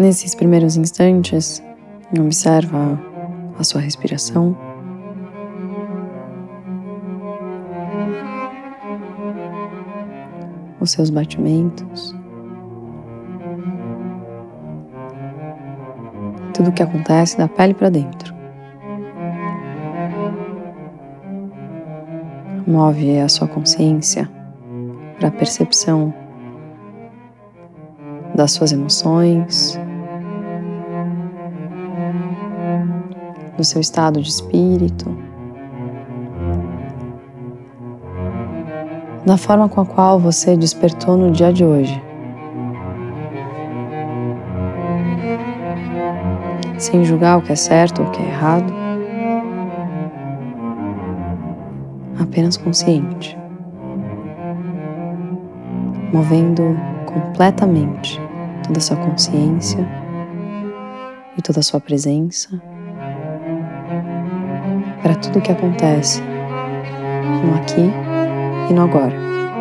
Nesses primeiros instantes, observa a sua respiração. Os seus batimentos. Tudo o que acontece da pele para dentro. Move a sua consciência para a percepção das suas emoções, do seu estado de espírito, da forma com a qual você despertou no dia de hoje. Sem julgar o que é certo ou o que é errado, apenas consciente, movendo completamente toda a sua consciência e toda a sua presença para tudo o que acontece no aqui e no agora.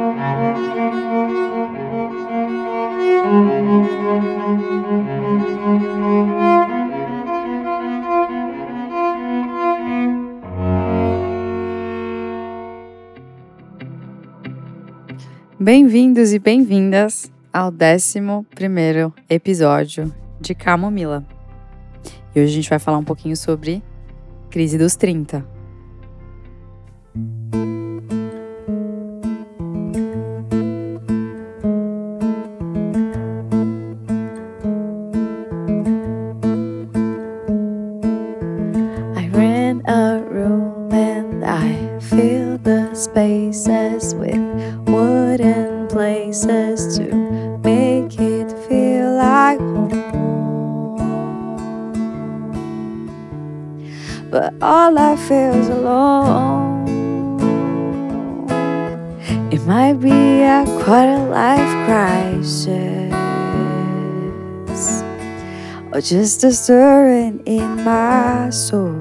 Bem-vindos e bem-vindas ao 11º episódio de Camomila. E hoje a gente vai falar um pouquinho sobre crise dos 30. I rent a room and I fill the spaces with wooden places to make it feel like home. But all I feel is alone. It might be a quarter-life crisis, or just a stirring in my soul.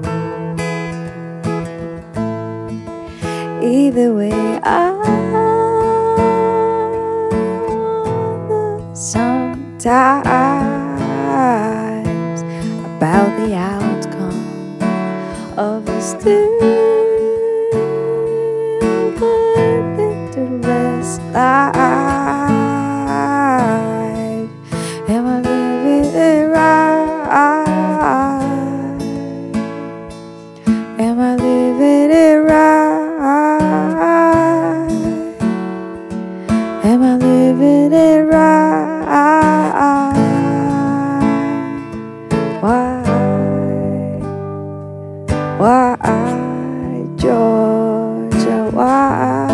Either way, I wonder sometimes about the outcome of a still but less life. Am I living it right? Am I living it right? Am I living it right? Why, Georgia, why?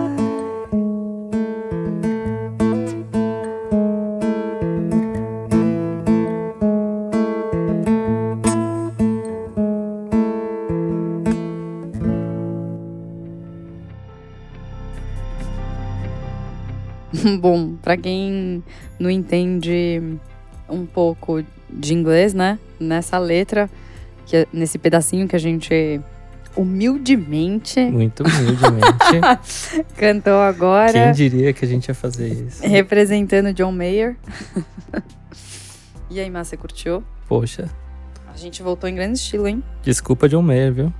Bom, pra quem não entende um pouco de inglês, né? Nessa letra, nesse pedacinho que a gente humildemente cantou agora. Quem diria que a gente ia fazer isso? Representando John Mayer. E aí, Márcia, curtiu? Poxa. A gente voltou em grande estilo, hein? Desculpa, John Mayer, viu?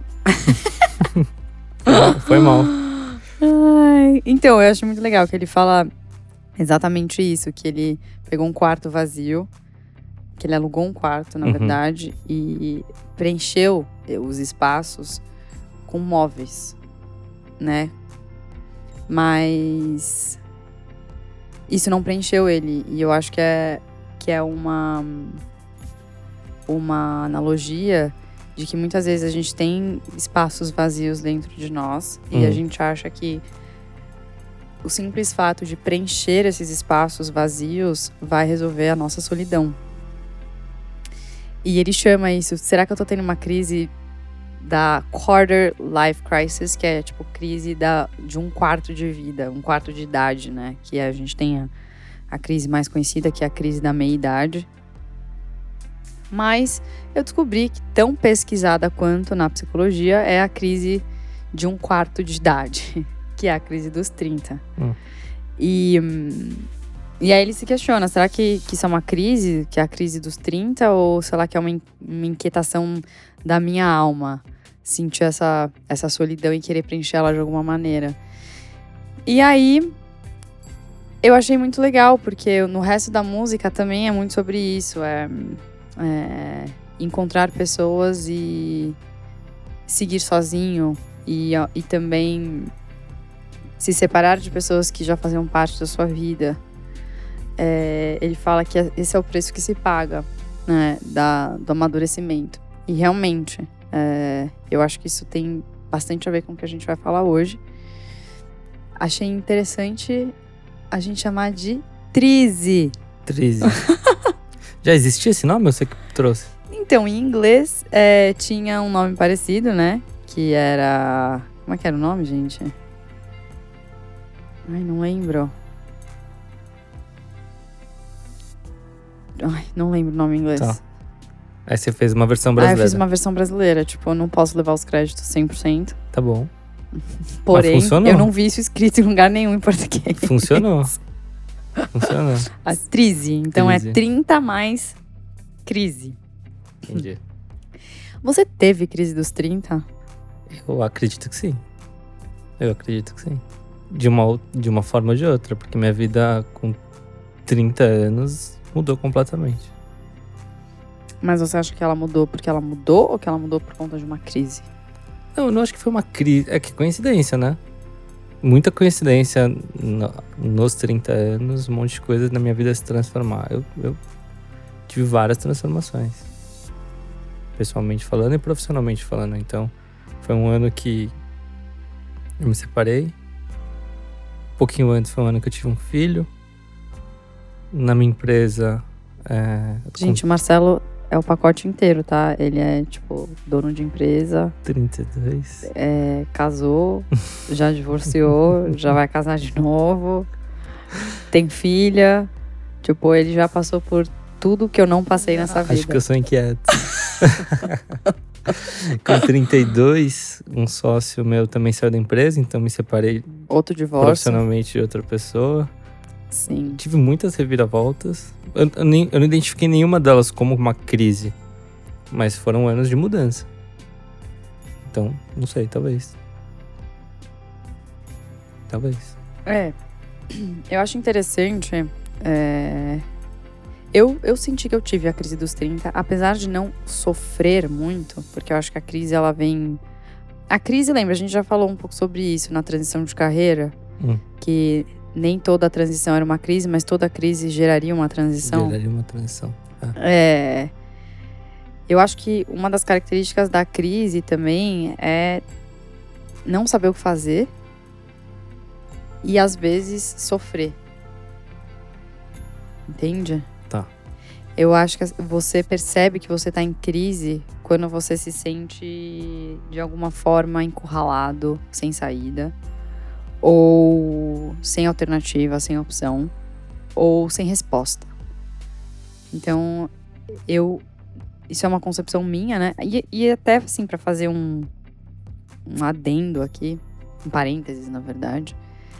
Foi mal. Ai, então, eu acho muito legal que ele fala exatamente isso, que ele pegou um quarto vazio, que ele alugou um quarto, na verdade, e preencheu os espaços com móveis, né? Mas isso não preencheu ele, e eu acho que é uma analogia de que muitas vezes a gente tem espaços vazios dentro de nós e a gente acha que o simples fato de preencher esses espaços vazios vai resolver a nossa solidão. E ele chama isso, será que eu tô tendo uma crise da quarter life crisis, que é tipo crise de um quarto de vida, um quarto de idade, né? Que a gente tem a crise mais conhecida, que é a crise da meia-idade. Mas eu descobri que tão pesquisada quanto na psicologia é a crise de um quarto de idade, que é a crise dos 30. E E aí ele se questiona, será que isso é uma crise, que é a crise dos 30, ou será que é uma inquietação da minha alma? Sentir essa solidão e querer preencher ela de alguma maneira. E aí, eu achei muito legal, porque no resto da música também é muito sobre isso. Encontrar pessoas e seguir sozinho. E também se separar de pessoas que já faziam parte da sua vida. Ele fala que esse é o preço que se paga, né, do amadurecimento. E realmente, eu acho que isso tem bastante a ver com o que a gente vai falar hoje. Achei interessante a gente chamar de Trise. Trise. Já existia esse nome ou você que trouxe? Então, em inglês, tinha um nome parecido, né? Que era... Como é que era o nome, gente? Ai, não lembro. Ai, não lembro o nome em inglês. Tá. Aí você fez uma versão brasileira. Eu fiz uma versão brasileira. Tipo, eu não posso levar os créditos 100%. Tá bom. Porém, funcionou. eu não vi isso escrito em lugar nenhum em português. Funcionou. Funcionou. A Trise. Então Trise. é 30 mais crise. Entendi. Você teve crise dos 30? Eu acredito que sim. De uma forma ou de outra. Porque minha vida com 30 anos mudou completamente. Mas você acha que ela mudou porque ela mudou ou que ela mudou por conta de uma crise? Não, eu não acho que foi uma crise. É que coincidência, né? Muita coincidência nos 30 anos, um monte de coisas na minha vida se transformar. Eu tive várias transformações. Pessoalmente falando e profissionalmente falando. Então, foi um ano que eu me separei. Um pouquinho antes foi um ano que eu tive um filho. Na minha empresa... Gente, o Marcelo é o pacote inteiro, tá? Ele é, tipo, dono de empresa. 32. Casou, já divorciou, já vai casar de novo. Tem filha. Tipo, ele já passou por tudo que eu não passei nessa vida. Acho que eu sou inquieto. Com 32, um sócio meu também saiu da empresa, então me separei Outro divórcio. profissionalmente de outra pessoa. Sim. Tive muitas reviravoltas. Eu não identifiquei nenhuma delas como uma crise, mas foram anos de mudança. Então, não sei, talvez. Eu acho interessante. Eu senti que eu tive a crise dos 30, apesar de não sofrer muito, porque eu acho que a crise, ela vem... A crise, lembra, a gente já falou um pouco sobre isso na transição de carreira, que nem toda a transição era uma crise, mas toda crise geraria uma transição. Eu acho que uma das características da crise também é não saber o que fazer e, às vezes, sofrer. Entende? Tá. Eu acho que você percebe que você tá em crise quando você se sente, de alguma forma, encurralado, sem saída. Ou sem alternativa, sem opção. Ou sem resposta. Então, isso é uma concepção minha, né? E até, assim, pra fazer um adendo aqui, um parênteses, na verdade.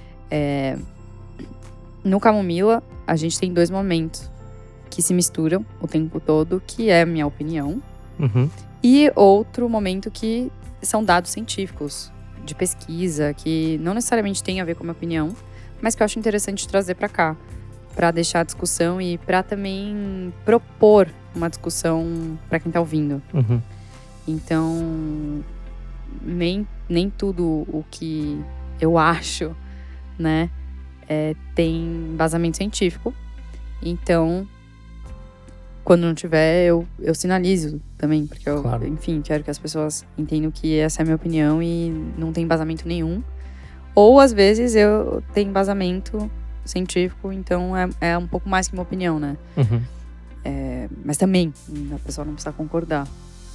No Camomila, a gente tem 2 momentos que se misturam o tempo todo, que é a minha opinião. E outro momento que são dados científicos, de pesquisa, que não necessariamente tem a ver com a minha opinião, mas que eu acho interessante trazer pra cá, pra deixar a discussão e pra também propor uma discussão pra quem tá ouvindo. Então, nem tudo o que eu acho, né, tem embasamento científico. Então, quando não tiver, eu sinalizo também, porque eu, claro, enfim, quero que as pessoas entendam que essa é a minha opinião e não tem embasamento nenhum. Ou, às vezes, eu tenho embasamento científico, então é um pouco mais que uma opinião, né? Mas também, a pessoa não precisa concordar.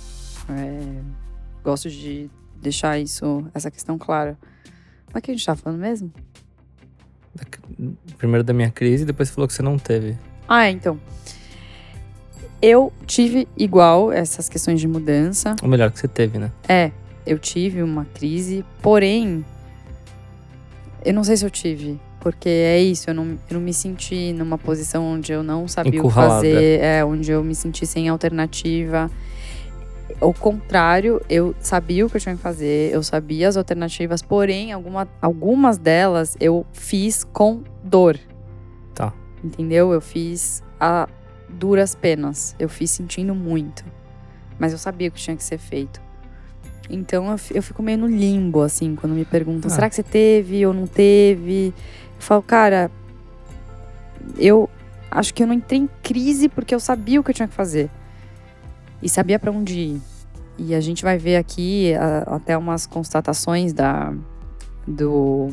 Gosto de deixar essa questão clara. Mas o que a gente tá falando mesmo? Primeiro da minha crise, depois falou que você não teve. Então. Eu tive igual essas questões de mudança. Ou melhor, que você teve, né? Eu tive uma crise, porém, eu não sei se eu tive Porque é isso, eu não me senti numa posição onde eu não sabia o que Encurralada. fazer, onde eu me senti sem alternativa. Ao contrário, eu sabia o que eu tinha que fazer, eu sabia as alternativas, porém, algumas delas eu fiz com dor. Tá. Entendeu? Eu fiz a duras penas, eu fiz sentindo muito. Mas eu sabia o que tinha que ser feito. Então eu fico meio no limbo, assim, quando me perguntam, será que você teve ou não teve? Eu falo, cara, eu acho que eu não entrei em crise porque eu sabia o que eu tinha que fazer. E sabia pra onde ir. E a gente vai ver aqui até umas constatações do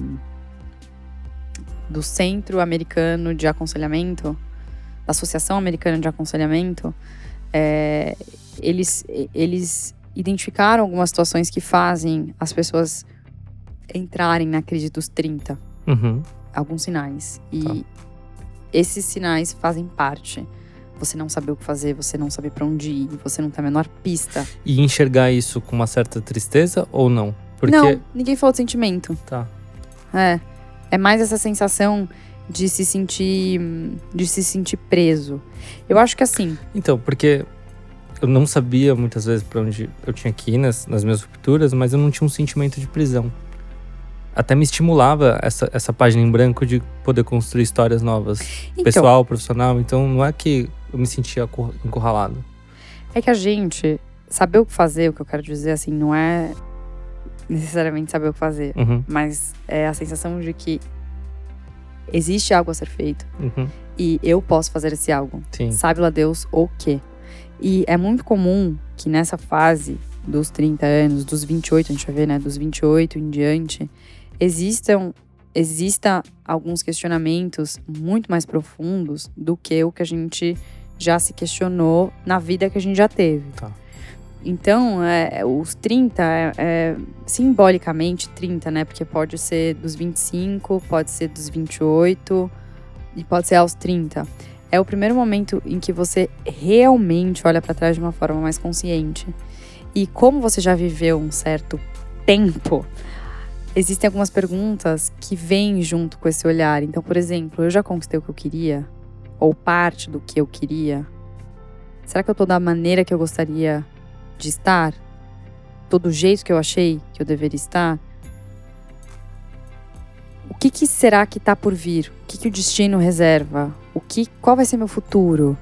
Centro Americano de Aconselhamento, da Associação Americana de Aconselhamento. Eles identificaram algumas situações que fazem as pessoas entrarem na crise dos 30. Uhum. Alguns sinais. E esses sinais fazem parte. Você não saber o que fazer, você não saber pra onde ir, você não tem a menor pista. E enxergar isso com uma certa tristeza ou não? Porque... Não, ninguém falou de sentimento. Tá. É mais essa sensação de se sentir preso. Eu acho que assim... Então, porque eu não sabia muitas vezes pra onde eu tinha que ir nas minhas rupturas, mas eu não tinha um sentimento de prisão. Até me estimulava essa página em branco de poder construir histórias novas. Então, pessoal, profissional. Então, não é que eu me sentia encurralado. É que a gente... Saber o que fazer, o que eu quero dizer, assim, não é necessariamente saber o que fazer. Uhum. Mas é a sensação de que existe algo a ser feito. Uhum. E eu posso fazer esse algo. Sim. Sabe lá Deus o quê? E é muito comum que nessa fase dos 30 anos, dos 28, a gente vai ver, né? Dos 28 em diante, exista alguns questionamentos muito mais profundos do que o que a gente já se questionou na vida que a gente já teve. Tá. Então, os 30, simbolicamente 30, né? Porque pode ser dos 25, pode ser dos 28 e pode ser aos 30. É o primeiro momento em que você realmente olha para trás de uma forma mais consciente. E como você já viveu um certo tempo, existem algumas perguntas que vêm junto com esse olhar. Então, por exemplo, eu já conquistei o que eu queria? Ou parte do que eu queria? Será que eu tô da maneira que eu gostaria de estar? Tô do jeito que eu achei que eu deveria estar? O que será que tá por vir? O que o destino reserva? Qual vai ser meu futuro?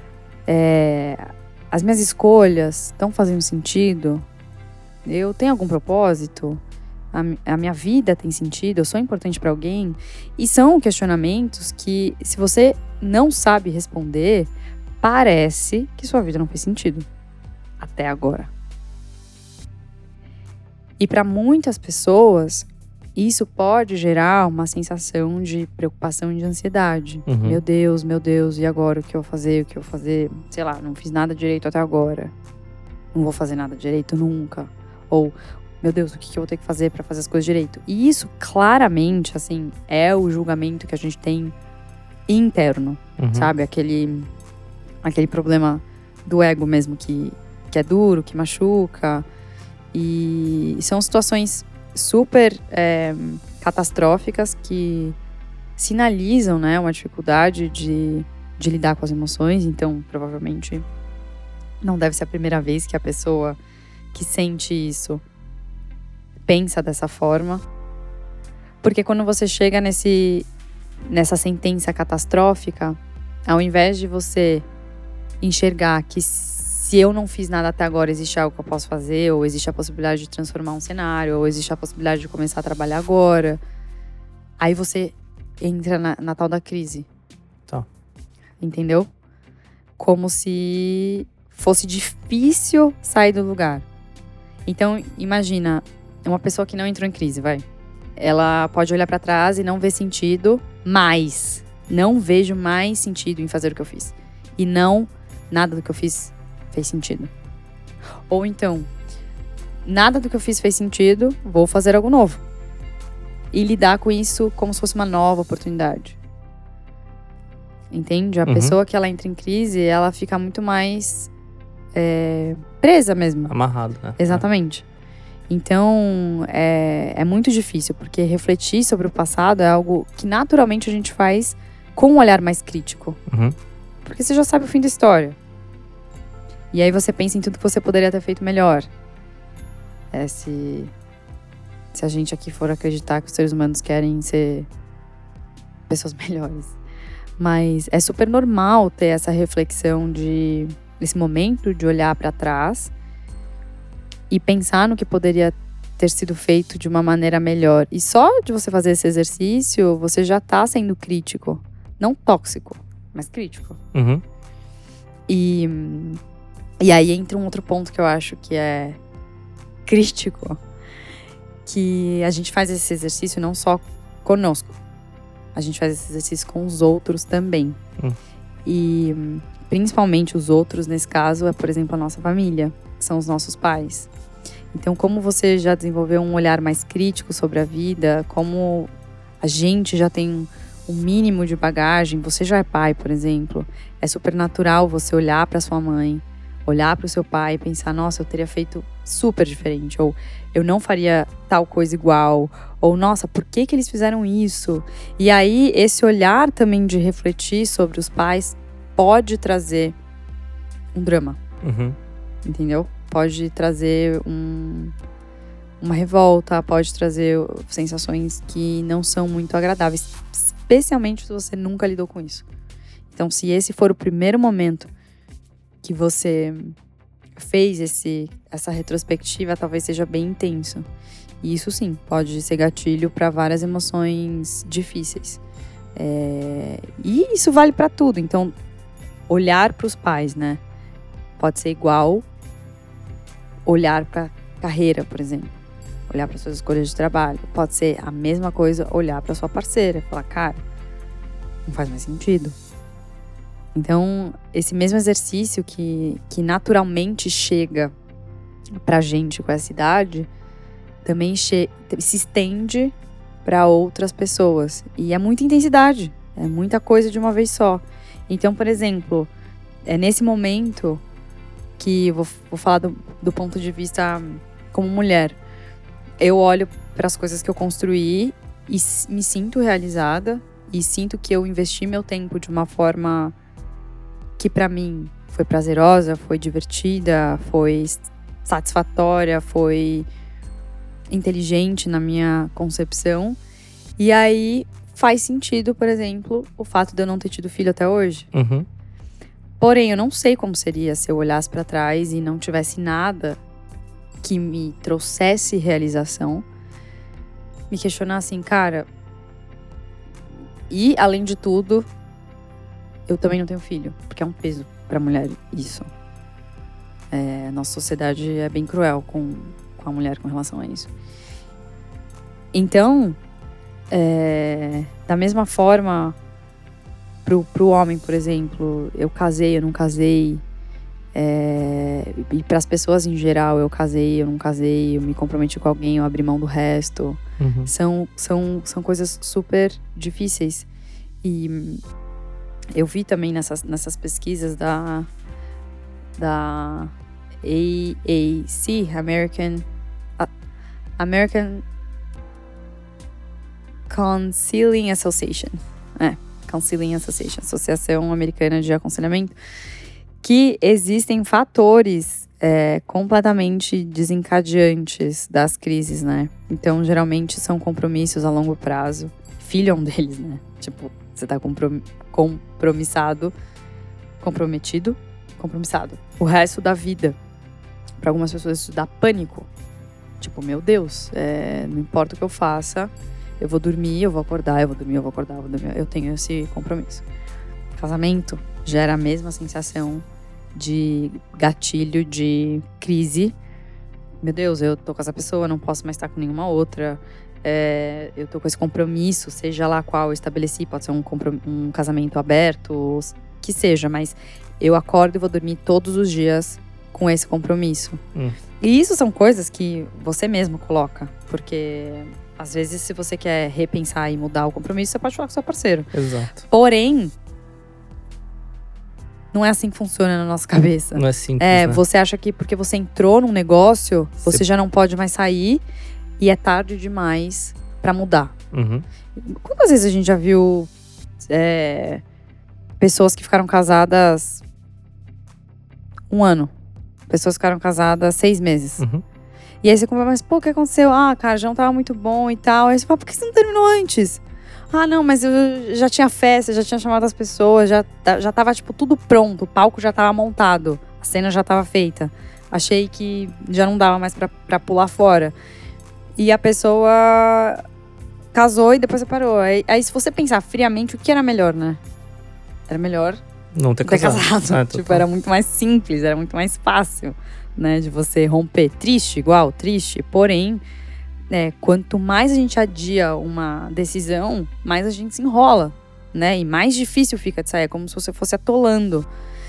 As minhas escolhas estão fazendo sentido? Eu tenho algum propósito? A minha vida tem sentido? Eu sou importante para alguém? E são questionamentos que, se você não sabe responder, parece que sua vida não fez sentido. Até agora. E para muitas pessoas, isso pode gerar uma sensação de preocupação e de ansiedade. Uhum. Meu Deus, e agora? O que eu vou fazer? Sei lá, não fiz nada direito até agora. Não vou fazer nada direito nunca. Ou, meu Deus, o que eu vou ter que fazer para fazer as coisas direito? E isso, claramente, assim, é o julgamento que a gente tem interno. Uhum. Sabe? Aquele problema do ego mesmo que é duro, que machuca. E são situações super catastróficas que sinalizam, né, uma dificuldade de lidar com as emoções. Então, provavelmente, não deve ser a primeira vez que a pessoa que sente isso pensa dessa forma. Porque quando você chega nessa sentença catastrófica, ao invés de você enxergar que se eu não fiz nada até agora, existe algo que eu posso fazer, ou existe a possibilidade de transformar um cenário, ou existe a possibilidade de começar a trabalhar agora, aí você entra na tal da crise. Tá. Entendeu? Como se fosse difícil sair do lugar. Então, imagina, uma pessoa que não entrou em crise, vai. Ela pode olhar pra trás e não ver sentido mais. Não vejo mais sentido em fazer o que eu fiz. E não, nada do que eu fiz fez sentido. Ou então, nada do que eu fiz fez sentido, vou fazer algo novo. E lidar com isso como se fosse uma nova oportunidade. Entende? A pessoa que ela entra em crise, ela fica muito mais presa mesmo. Amarrado, né? Exatamente. Então, é muito difícil, porque refletir sobre o passado é algo que naturalmente a gente faz com um olhar mais crítico. Uhum. Porque você já sabe o fim da história. E aí você pensa em tudo que você poderia ter feito melhor. Se a gente aqui for acreditar que os seres humanos querem ser pessoas melhores. Mas é super normal ter essa reflexão desse momento de olhar para trás e pensar no que poderia ter sido feito de uma maneira melhor. E só de você fazer esse exercício, você já tá sendo crítico. Não tóxico, mas crítico. Uhum. E aí entra um outro ponto que eu acho que é crítico. Que a gente faz esse exercício não só conosco. A gente faz esse exercício com os outros também. E principalmente os outros, nesse caso, é, por exemplo, a nossa família. São os nossos pais. Então, como você já desenvolveu um olhar mais crítico sobre a vida, como a gente já tem um mínimo de bagagem, você já é pai, por exemplo, é super natural você olhar para sua mãe, olhar para o seu pai e pensar, nossa, eu teria feito super diferente, ou eu não faria tal coisa igual, ou nossa, por que eles fizeram isso? E aí, esse olhar também de refletir sobre os pais pode trazer um drama. Uhum. Entendeu? Pode trazer uma revolta, pode trazer sensações que não são muito agradáveis, especialmente se você nunca lidou com isso. Então, se esse for o primeiro momento que você fez essa retrospectiva, talvez seja bem intenso. E isso sim, pode ser gatilho para várias emoções difíceis. E isso vale para tudo. Então, olhar para os pais, né? Pode ser igual olhar para carreira, por exemplo. Olhar para suas escolhas de trabalho. Pode ser a mesma coisa olhar para sua parceira. Falar, cara, não faz mais sentido. Então, esse mesmo exercício que naturalmente chega pra gente com essa idade, também se estende para outras pessoas. E é muita intensidade. É muita coisa de uma vez só. Então, por exemplo, é nesse momento que vou falar do ponto de vista como mulher. Eu olho para as coisas que eu construí e me sinto realizada e sinto que eu investi meu tempo de uma forma que para mim foi prazerosa, foi divertida, foi satisfatória, foi inteligente na minha concepção. E aí faz sentido, por exemplo, o fato de eu não ter tido filho até hoje. Uhum. Porém, eu não sei como seria se eu olhasse para trás e não tivesse nada que me trouxesse realização. Me questionar assim, cara... E, além de tudo, eu também não tenho filho. Porque é um peso pra mulher isso. Nossa sociedade é bem cruel com a mulher com relação a isso. Então, da mesma forma... Pro homem, por exemplo, eu casei, eu não casei. E para as pessoas em geral, eu casei, eu não casei, eu me comprometi com alguém, eu abri mão do resto. Uhum. São coisas super difíceis. E eu vi também nessas pesquisas da AAC, American Counseling Association. Counseling Association, Associação Americana de Aconselhamento, que existem fatores completamente desencadeantes das crises, né? Então, geralmente, são compromissos a longo prazo. Filho é um deles, né? Tipo, você tá compromissado o resto da vida. Para algumas pessoas, isso dá pânico. Tipo, meu Deus, não importa o que eu faça, eu vou dormir, eu vou acordar, eu vou dormir, eu vou acordar, eu vou dormir. Eu tenho esse compromisso. Casamento gera a mesma sensação de gatilho, de crise. Meu Deus, eu tô com essa pessoa, não posso mais estar com nenhuma outra. Eu tô com esse compromisso, seja lá qual eu estabeleci, pode ser um casamento aberto, que seja, mas eu acordo e vou dormir todos os dias com esse compromisso. E isso são coisas que você mesmo coloca, porque às vezes se você quer repensar e mudar o compromisso, você pode falar com o seu parceiro. Exato. Porém, não é assim que funciona na nossa cabeça. Não é simples, né? Você acha que porque você entrou num negócio, você já não pode mais sair e é tarde demais pra mudar. Uhum. Quantas vezes a gente já viu pessoas que ficaram casadas 1 ano? Pessoas que ficaram casadas 6 meses. Uhum. E aí você conversa, mas pô, o que aconteceu? Ah, cara, já não tava muito bom e tal. Aí você fala, por que você não terminou antes? Ah, não, mas eu já tinha festa, já tinha chamado as pessoas, já tava, tipo, tudo pronto. O palco já tava montado, a cena já tava feita. Achei que já não dava mais pra pular fora. E a pessoa casou e depois separou. Aí se você pensar friamente, o que era melhor, né? Era melhor não ter casado. Tipo, era muito mais simples, era muito mais fácil, né? De você romper. Triste, igual, triste. Porém, quanto mais a gente adia uma decisão, mais a gente se enrola, né? E mais difícil fica de sair. É como se você fosse atolando.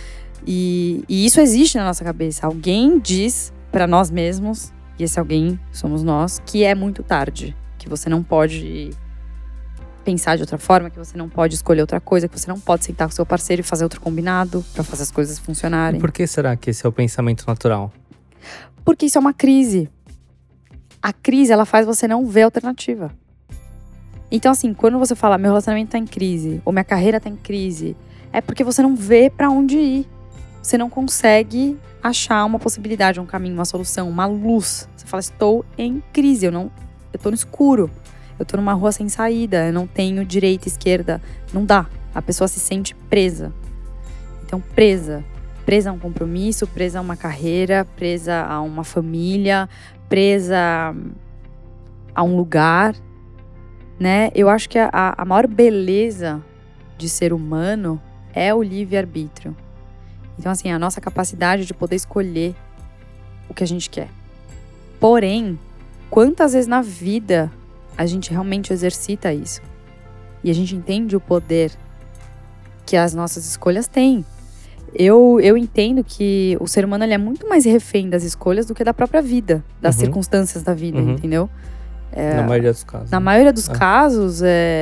E isso existe na nossa cabeça. Alguém diz pra nós mesmos, e esse alguém somos nós, que é muito tarde. Que você não pode pensar de outra forma, que você não pode escolher outra coisa, que você não pode sentar com seu parceiro e fazer outro combinado pra fazer as coisas funcionarem. E por que será que esse é o pensamento natural? Porque isso é uma crise. A crise, ela faz você não ver alternativa. Então, assim, quando você fala, meu relacionamento tá em crise, ou minha carreira tá em crise, é porque você não vê pra onde ir. Você não consegue achar uma possibilidade, um caminho, uma solução, uma luz. Você fala, estou em crise, eu tô no escuro. Eu tô numa rua sem saída, eu não tenho direita, esquerda. Não dá. A pessoa se sente presa. Então, presa a um compromisso, presa a uma carreira, presa a uma família, presa a um lugar, né? Eu acho que a maior beleza de ser humano é o livre-arbítrio. Então, assim, a nossa capacidade de poder escolher o que a gente quer. Porém, quantas vezes na vida a gente realmente exercita isso? E a gente entende o poder que as nossas escolhas têm. Eu entendo que o ser humano ele é muito mais refém das escolhas do que da própria vida, das circunstâncias da vida, entendeu? Na maioria dos casos. Na maioria dos casos,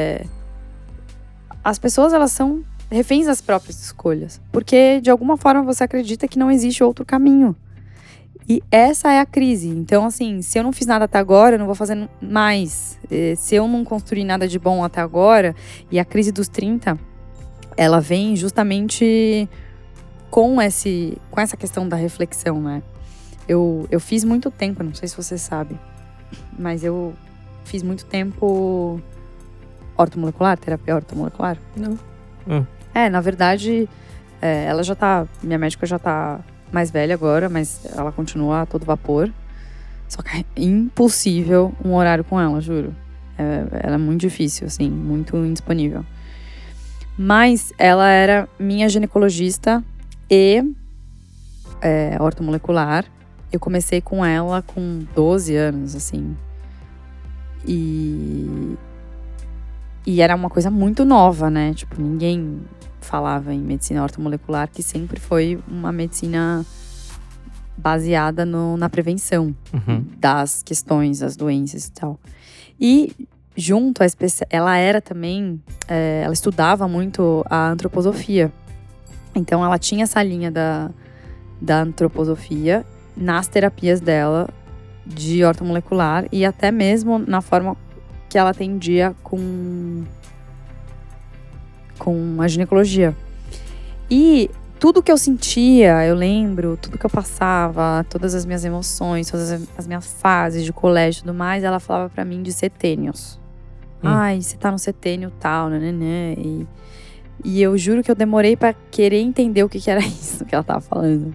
as pessoas elas são reféns das próprias escolhas. Porque, de alguma forma, você acredita que não existe outro caminho. E essa é a crise. Então, assim, se eu não fiz nada até agora, eu não vou fazer mais. Se eu não construí nada de bom até agora, e a crise dos 30, ela vem justamente com essa questão da reflexão, né? Eu fiz muito tempo, não sei se você sabe, mas eu fiz muito tempo terapia ortomolecular. Não. Na verdade, minha médica já tá mais velha agora, mas ela continua a todo vapor. Só que é impossível um horário com ela, juro. Ela é muito difícil, assim, muito indisponível. Mas ela era minha ginecologista e ortomolecular. Eu comecei com ela com 12 anos, assim. E era uma coisa muito nova, né? Tipo, ninguém falava em medicina ortomolecular, que sempre foi uma medicina baseada na prevenção das questões, das doenças e tal. E junto ela era também, ela estudava muito a antroposofia. Então ela tinha essa linha da antroposofia nas terapias dela de ortomolecular e até mesmo na forma que ela atendia com a ginecologia. E tudo que eu sentia, eu lembro, tudo que eu passava, todas as minhas emoções, todas as minhas fases de colégio e tudo mais, ela falava pra mim de setênios. Ai, você tá no setênio tal, né? E eu juro que eu demorei pra querer entender o que era isso que ela tava falando.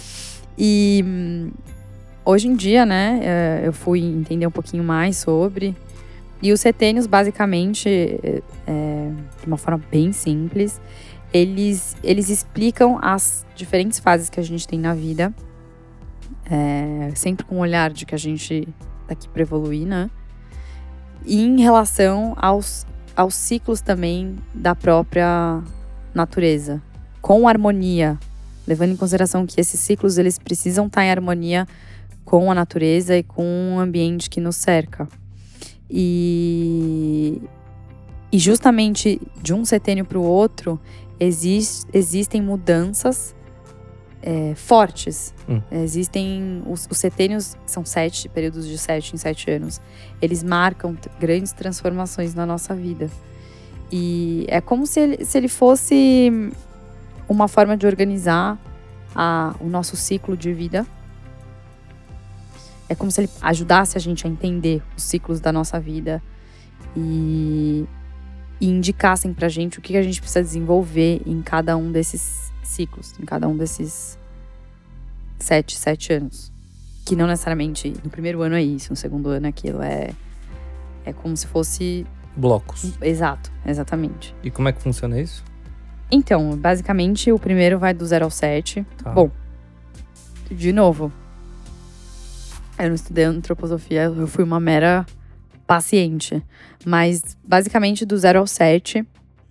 E hoje em dia, né, eu fui entender um pouquinho mais sobre. E os setênios, basicamente, de uma forma bem simples, eles explicam as diferentes fases que a gente tem na vida, sempre com o olhar de que a gente tá aqui pra evoluir, né? E em relação aos ciclos também da própria natureza, com harmonia, levando em consideração que esses ciclos eles precisam estar em harmonia com a natureza e com o ambiente que nos cerca. E justamente de um setênio para o outro, existem mudanças fortes. Existem os setênios, são 7 períodos de 7 em 7 anos. Eles marcam grandes transformações na nossa vida. E é como se ele fosse uma forma de organizar o nosso ciclo de vida. É como se ele ajudasse a gente a entender os ciclos da nossa vida e indicassem pra gente o que a gente precisa desenvolver em cada um desses ciclos, em cada um desses 7 anos. Que não necessariamente no primeiro ano é isso, no segundo ano é aquilo. É como se fosse... blocos. Exato, exatamente. E como é que funciona isso? Então, basicamente, o primeiro vai do 0 ao 7. Tá. Bom, de novo, eu não estudei antroposofia, eu fui uma mera paciente. Mas, basicamente, do 0 ao 7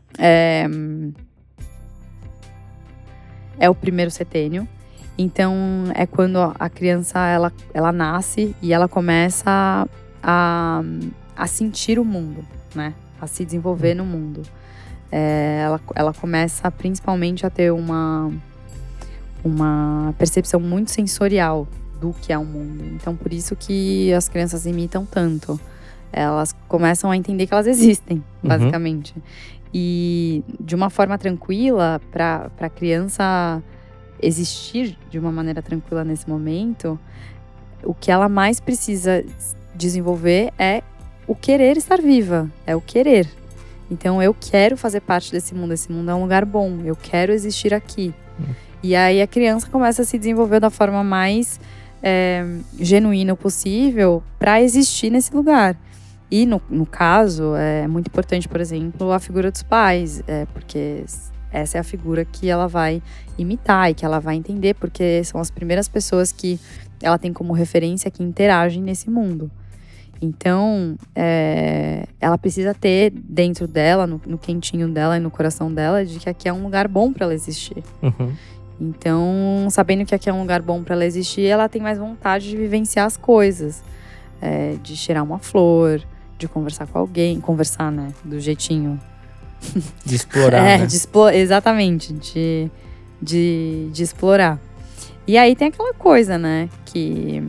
é o primeiro setênio. Então, é quando a criança, ela nasce e ela começa a sentir o mundo, né? A se desenvolver no mundo. Ela começa, principalmente, a ter uma percepção muito sensorial do que é o mundo. Então, por isso que as crianças imitam tanto. Elas começam a entender que elas existem, basicamente. E de uma forma tranquila, para a criança existir de uma maneira tranquila nesse momento, o que ela mais precisa desenvolver é o querer estar viva, é o querer. Então, eu quero fazer parte desse mundo é um lugar bom, eu quero existir aqui. E aí a criança começa a se desenvolver da forma mais genuína possível para existir nesse lugar. E no caso, é muito importante, por exemplo, a figura dos pais, porque essa é a figura que ela vai imitar e que ela vai entender, porque são as primeiras pessoas que ela tem como referência que interagem nesse mundo. Então, ela precisa ter dentro dela, no quentinho dela e no coração dela, de que aqui é um lugar bom para ela existir. Então, sabendo que aqui é um lugar bom para ela existir, ela tem mais vontade de vivenciar as coisas. De cheirar uma flor, de conversar com alguém. Conversar, né? Do jeitinho. De explorar, né? Exatamente. De explorar. E aí tem aquela coisa, né? Que...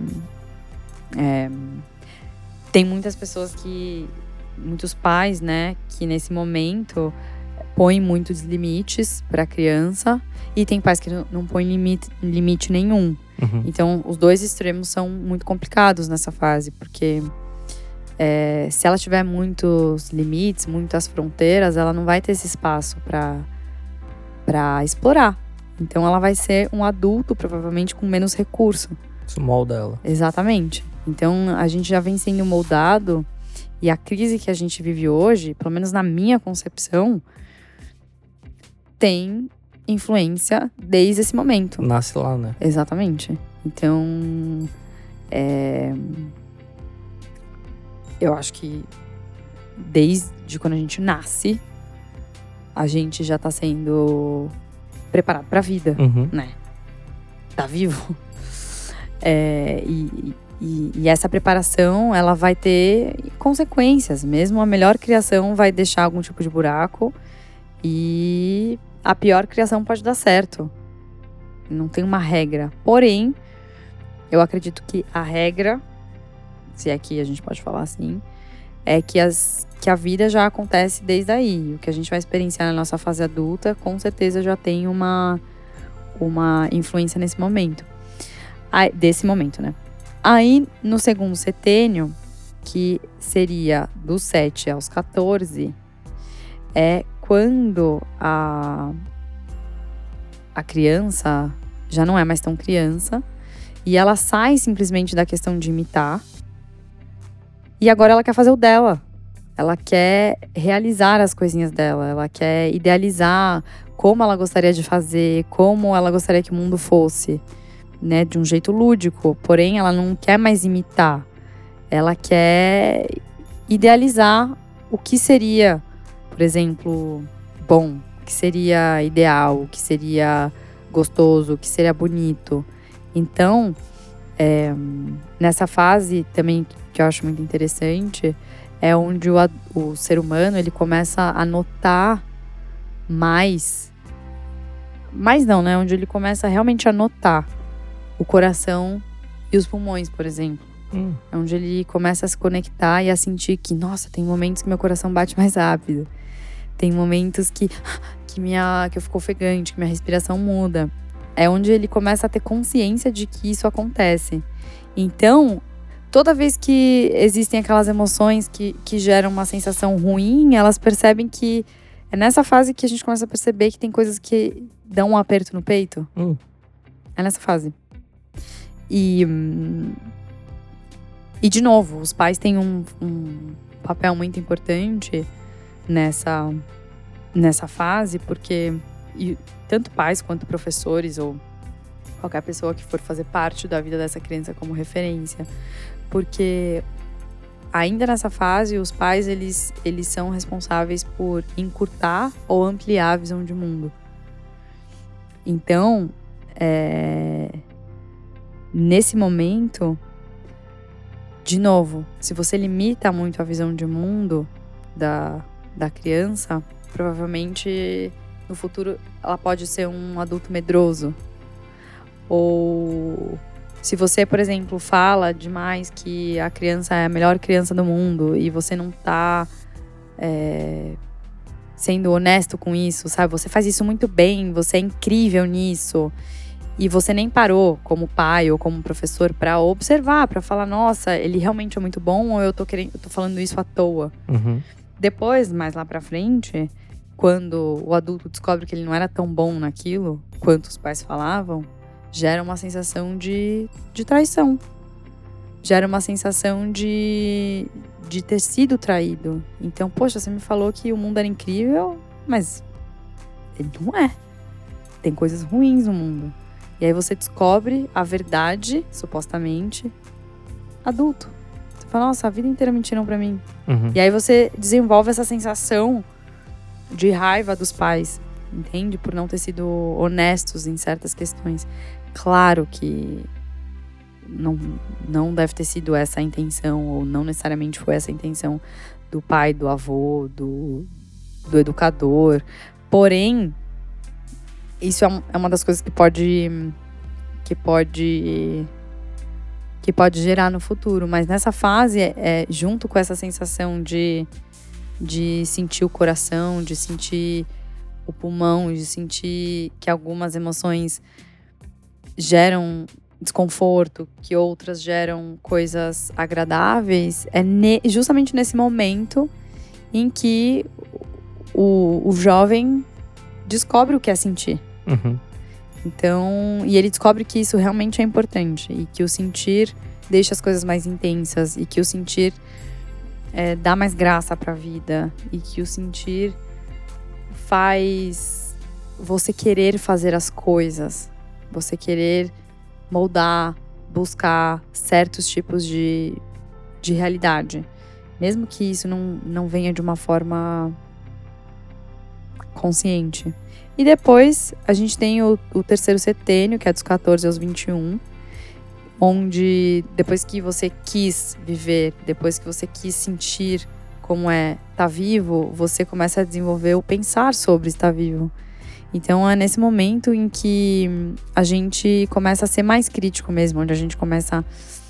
tem muitas pessoas muitos pais, né, que nesse momento põem muitos limites para a criança e tem pais que não põem limite nenhum. Então, os dois extremos são muito complicados nessa fase, porque se ela tiver muitos limites, muitas fronteiras, ela não vai ter esse espaço para explorar. Então, ela vai ser um adulto, provavelmente, com menos recurso. Isso molda ela. Exatamente. Então, a gente já vem sendo moldado e a crise que a gente vive hoje, pelo menos na minha concepção, tem influência desde esse momento. Nasce lá, né? Exatamente. Então, eu acho que desde quando a gente nasce, a gente já tá sendo preparado pra vida, né? Tá vivo. E essa preparação, ela vai ter consequências. Mesmo a melhor criação vai deixar algum tipo de buraco. E a pior criação pode dar certo. Não tem uma regra. Porém, eu acredito que a regra, se é que a gente pode falar assim, é que a vida já acontece desde aí. O que a gente vai experienciar na nossa fase adulta, com certeza já tem uma influência nesse momento. Desse momento, né? Aí, no segundo setênio, que seria dos 7 aos 14, é quando a criança já não é mais tão criança e ela sai simplesmente da questão de imitar e agora ela quer fazer o dela. Ela quer realizar as coisinhas dela, ela quer idealizar como ela gostaria de fazer, como ela gostaria que o mundo fosse, né, de um jeito lúdico. Porém, ela não quer mais imitar. Ela quer idealizar o que seria, por exemplo, bom, o que seria ideal, o que seria gostoso, o que seria bonito. Então, nessa fase também que eu acho muito interessante, é onde o ser humano ele começa a notar mais Mas não, né? Onde ele começa realmente a notar o coração e os pulmões, por exemplo. É onde ele começa a se conectar e a sentir que, nossa, tem momentos que meu coração bate mais rápido. Tem momentos que eu fico ofegante, que minha respiração muda. É onde ele começa a ter consciência de que isso acontece. Então, toda vez que existem aquelas emoções que geram uma sensação ruim, elas percebem que é nessa fase que a gente começa a perceber que tem coisas que dão um aperto no peito. É nessa fase. E de novo, os pais têm um papel muito importante nessa fase, porque tanto pais quanto professores ou qualquer pessoa que for fazer parte da vida dessa criança como referência. Porque ainda nessa fase, os pais eles são responsáveis por encurtar ou ampliar a visão de mundo. Então, nesse momento, de novo, se você limita muito a visão de mundo da criança, provavelmente no futuro ela pode ser um adulto medroso. Ou se você, por exemplo, fala demais que a criança é a melhor criança do mundo e você não tá sendo honesto com isso, sabe? Você faz isso muito bem, você é incrível nisso. E você nem parou como pai ou como professor pra observar, pra falar, nossa, ele realmente é muito bom ou eu tô falando isso à toa. Depois, mais lá pra frente, quando o adulto descobre que ele não era tão bom naquilo quanto os pais falavam, gera uma sensação de traição. Gera uma sensação de ter sido traído. Então, poxa, você me falou que o mundo era incrível, mas ele não é. Tem coisas ruins no mundo. E aí você descobre a verdade, supostamente, adulto. Você fala, nossa, a vida inteira mentiram pra mim. E aí você desenvolve essa sensação de raiva dos pais, entende? Por não ter sido honestos em certas questões. Claro que não deve ter sido essa a intenção, ou não necessariamente foi essa a intenção do pai, do avô, do educador. Porém, isso é uma das coisas que pode gerar no futuro. Mas nessa fase, junto com essa sensação de sentir o coração, de sentir o pulmão, de sentir que algumas emoções geram desconforto, que outras geram coisas agradáveis, justamente nesse momento em que o jovem descobre o que é sentir. Então, e ele descobre que isso realmente é importante e que o sentir deixa as coisas mais intensas e que o sentir dá mais graça pra vida e que o sentir faz você querer fazer as coisas, você querer moldar, buscar certos tipos de realidade, mesmo que isso não venha de uma forma consciente. E depois a gente tem o terceiro setênio, que é dos 14 aos 21, onde depois que você quis viver, depois que você quis sentir como é estar vivo, você começa a desenvolver o pensar sobre estar vivo. Então é nesse momento em que a gente começa a ser mais crítico mesmo, onde a gente começa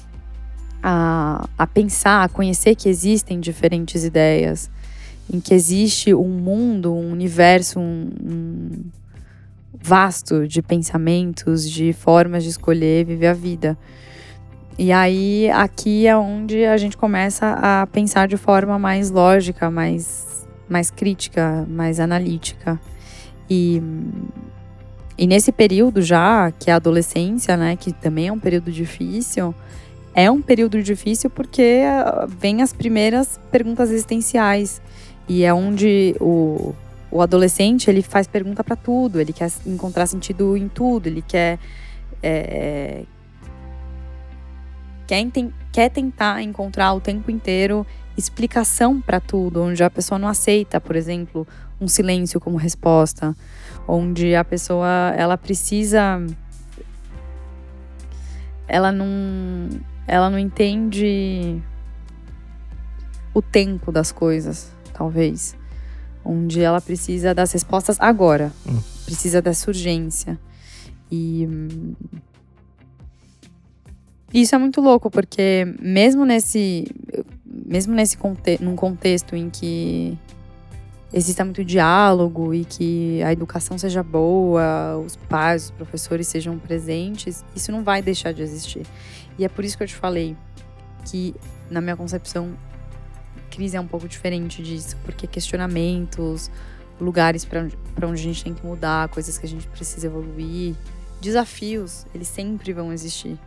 a pensar, a conhecer que existem diferentes ideias, em que existe um mundo, um universo, um vasto de pensamentos, de formas de escolher viver a vida. E aí, aqui é onde a gente começa a pensar de forma mais lógica, mais crítica, mais analítica. E nesse período já, que é a adolescência, né, que também é um período difícil porque vem as primeiras perguntas existenciais. E é onde o adolescente, ele faz pergunta para tudo, ele quer encontrar sentido em tudo, ele quer tentar encontrar o tempo inteiro explicação para tudo, onde a pessoa não aceita, por exemplo, um silêncio como resposta, onde a pessoa, ela precisa, ela não entende o tempo das coisas, talvez, onde ela precisa das respostas agora. precisa dessa urgência. E isso é muito louco, porque mesmo num contexto em que exista muito diálogo e que a educação seja boa, os pais, os professores sejam presentes, isso não vai deixar de existir. E é por isso que eu te falei que, na minha concepção, crise é um pouco diferente disso, porque questionamentos, lugares para onde a gente tem que mudar, coisas que a gente precisa evoluir, desafios, eles sempre vão existir.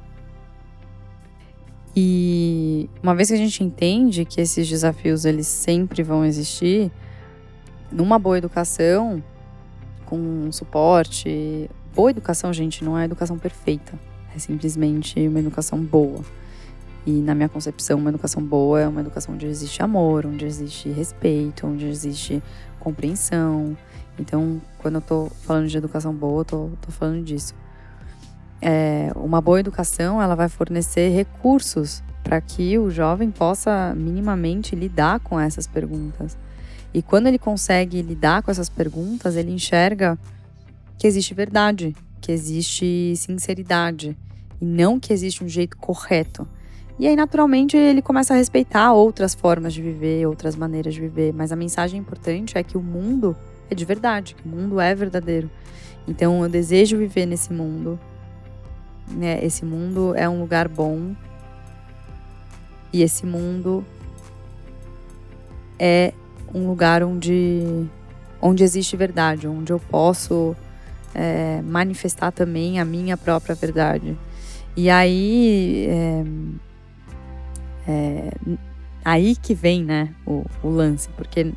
E uma vez que a gente entende que esses desafios eles sempre vão existir, numa boa educação, com suporte... Boa educação, gente, não é educação perfeita. É simplesmente uma educação boa. E na minha concepção, uma educação boa é uma educação onde existe amor, onde existe respeito, onde existe compreensão. Então, quando eu tô falando de educação boa, eu tô falando disso. Uma boa educação, ela vai fornecer recursos para que o jovem possa minimamente lidar com essas perguntas. E quando ele consegue lidar com essas perguntas, ele enxerga que existe verdade, que existe sinceridade, e não que existe um jeito correto. E aí, naturalmente, ele começa a respeitar outras formas de viver, outras maneiras de viver. Mas a mensagem importante é que o mundo é de verdade, que o mundo é verdadeiro. Então, eu desejo viver nesse mundo. Né? Esse mundo é um lugar bom. E esse mundo é um lugar onde existe verdade, onde eu posso manifestar também a minha própria verdade. E aí, aí que vem, né, o lance, porque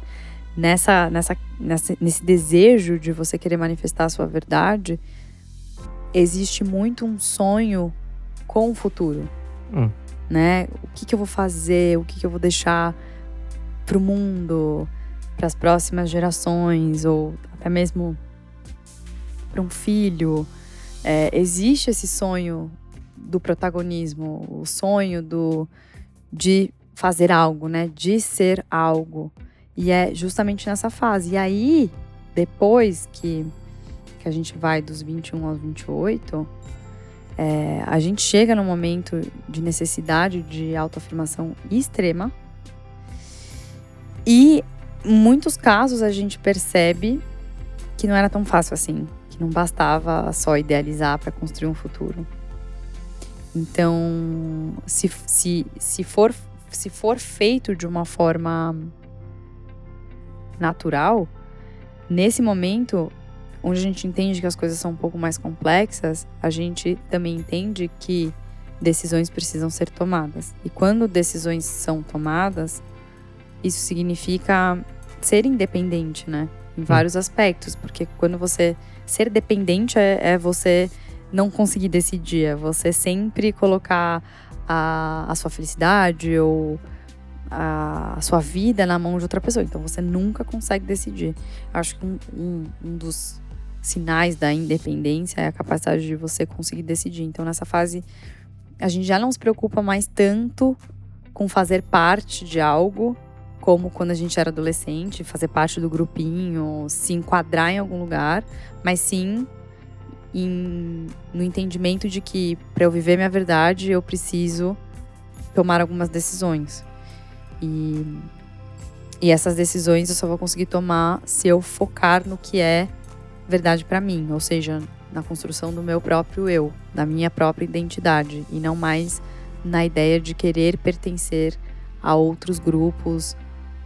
nesse desejo de você querer manifestar a sua verdade, existe muito um sonho com o futuro, né? O que eu vou fazer, o que eu vou deixar para o mundo, para as próximas gerações, ou até mesmo para um filho. Existe esse sonho do protagonismo, o sonho de fazer algo, né? De ser algo. E é justamente nessa fase. E aí, depois que a gente vai dos 21 aos 28, a gente chega num momento de necessidade de autoafirmação extrema. E, em muitos casos, a gente percebe que não era tão fácil assim. Que não bastava só idealizar para construir um futuro. Então, se for feito de uma forma natural, nesse momento, onde a gente entende que as coisas são um pouco mais complexas, a gente também entende que decisões precisam ser tomadas. E quando decisões são tomadas, isso significa ser independente, né? Em vários aspectos. Porque quando você... Ser dependente é você não conseguir decidir. É você sempre colocar a sua felicidade ou a sua vida na mão de outra pessoa. Então você nunca consegue decidir. Acho que um dos sinais da independência é a capacidade de você conseguir decidir. Então nessa fase a gente já não se preocupa mais tanto com fazer parte de algo como quando a gente era adolescente, fazer parte do grupinho, se enquadrar em algum lugar, mas sim no entendimento de que para eu viver minha verdade eu preciso tomar algumas decisões. E essas decisões eu só vou conseguir tomar se eu focar no que é verdade para mim, ou seja, na construção do meu próprio eu, da minha própria identidade, e não mais na ideia de querer pertencer a outros grupos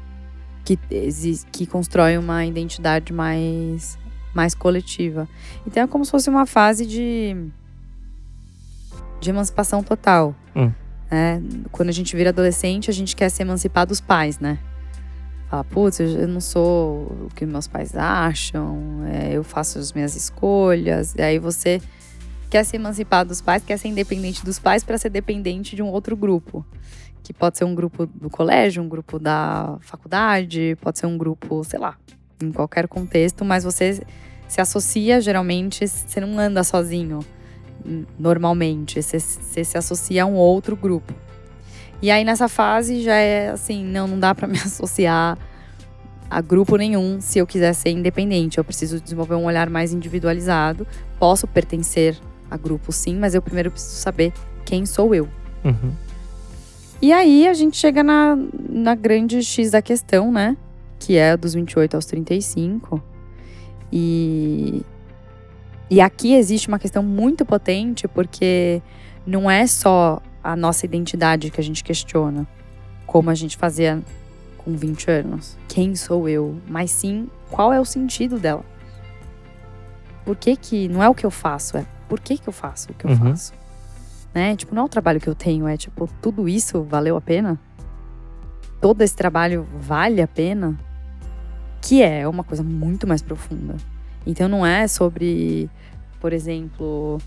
que constroem uma identidade mais coletiva. Então é como se fosse uma fase de emancipação total. Né? Quando a gente vira adolescente, a gente quer se emancipar dos pais, né? Fala, putz, eu não sou o que meus pais acham, eu faço as minhas escolhas. E aí você quer se emancipar dos pais, quer ser independente dos pais para ser dependente de um outro grupo. Que pode ser um grupo do colégio, um grupo da faculdade, pode ser um grupo, sei lá, em qualquer contexto, mas você se associa, geralmente, você não anda sozinho, normalmente, você se associa a um outro grupo. E aí nessa fase já é assim, não dá pra me associar a grupo nenhum se eu quiser ser independente. Eu preciso desenvolver um olhar mais individualizado. Posso pertencer a grupo, sim, mas eu primeiro preciso saber quem sou eu. Uhum. E aí a gente chega na grande X da questão, né? Que é dos 28 aos 35. E aqui existe uma questão muito potente, porque não é só a nossa identidade que a gente questiona, como a gente fazia com 20 anos. Quem sou eu? Mas sim, qual é o sentido dela? Por que não é o que eu faço, é por que eu faço o que eu faço? Né? Tipo, não é o trabalho que eu tenho, é tipo, tudo isso valeu a pena? Todo esse trabalho vale a pena? Que é uma coisa muito mais profunda. Então não é sobre, por exemplo,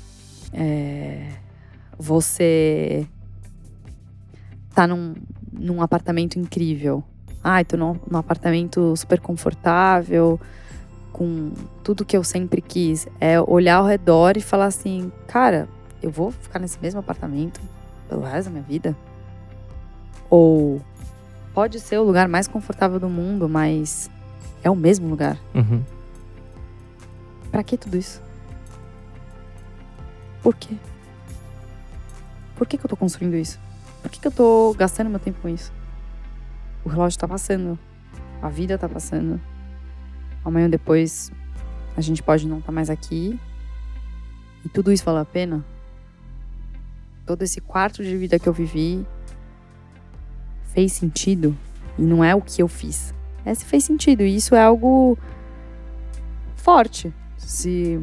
você tá num apartamento incrível. Ai, tô num apartamento super confortável, com tudo que eu sempre quis. É olhar ao redor e falar assim, cara, eu vou ficar nesse mesmo apartamento pelo resto da minha vida? Ou pode ser o lugar mais confortável do mundo, mas é o mesmo lugar. Uhum. Pra que tudo isso? Por quê? Por que eu tô construindo isso? Por que eu tô gastando meu tempo com isso? O relógio tá passando. A vida tá passando. Amanhã depois a gente pode não estar mais aqui. E tudo isso valeu a pena? Todo esse quarto de vida que eu vivi fez sentido? E não é o que eu fiz. É se fez sentido. E isso é algo forte. Se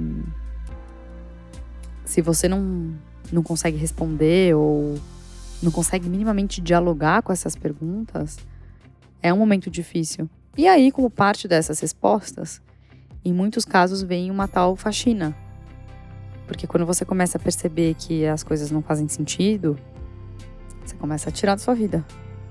você não consegue responder ou não consegue minimamente dialogar com essas perguntas, é um momento difícil. E aí, como parte dessas respostas, em muitos casos vem uma tal faxina. Porque quando você começa a perceber que as coisas não fazem sentido, você começa a tirar da sua vida.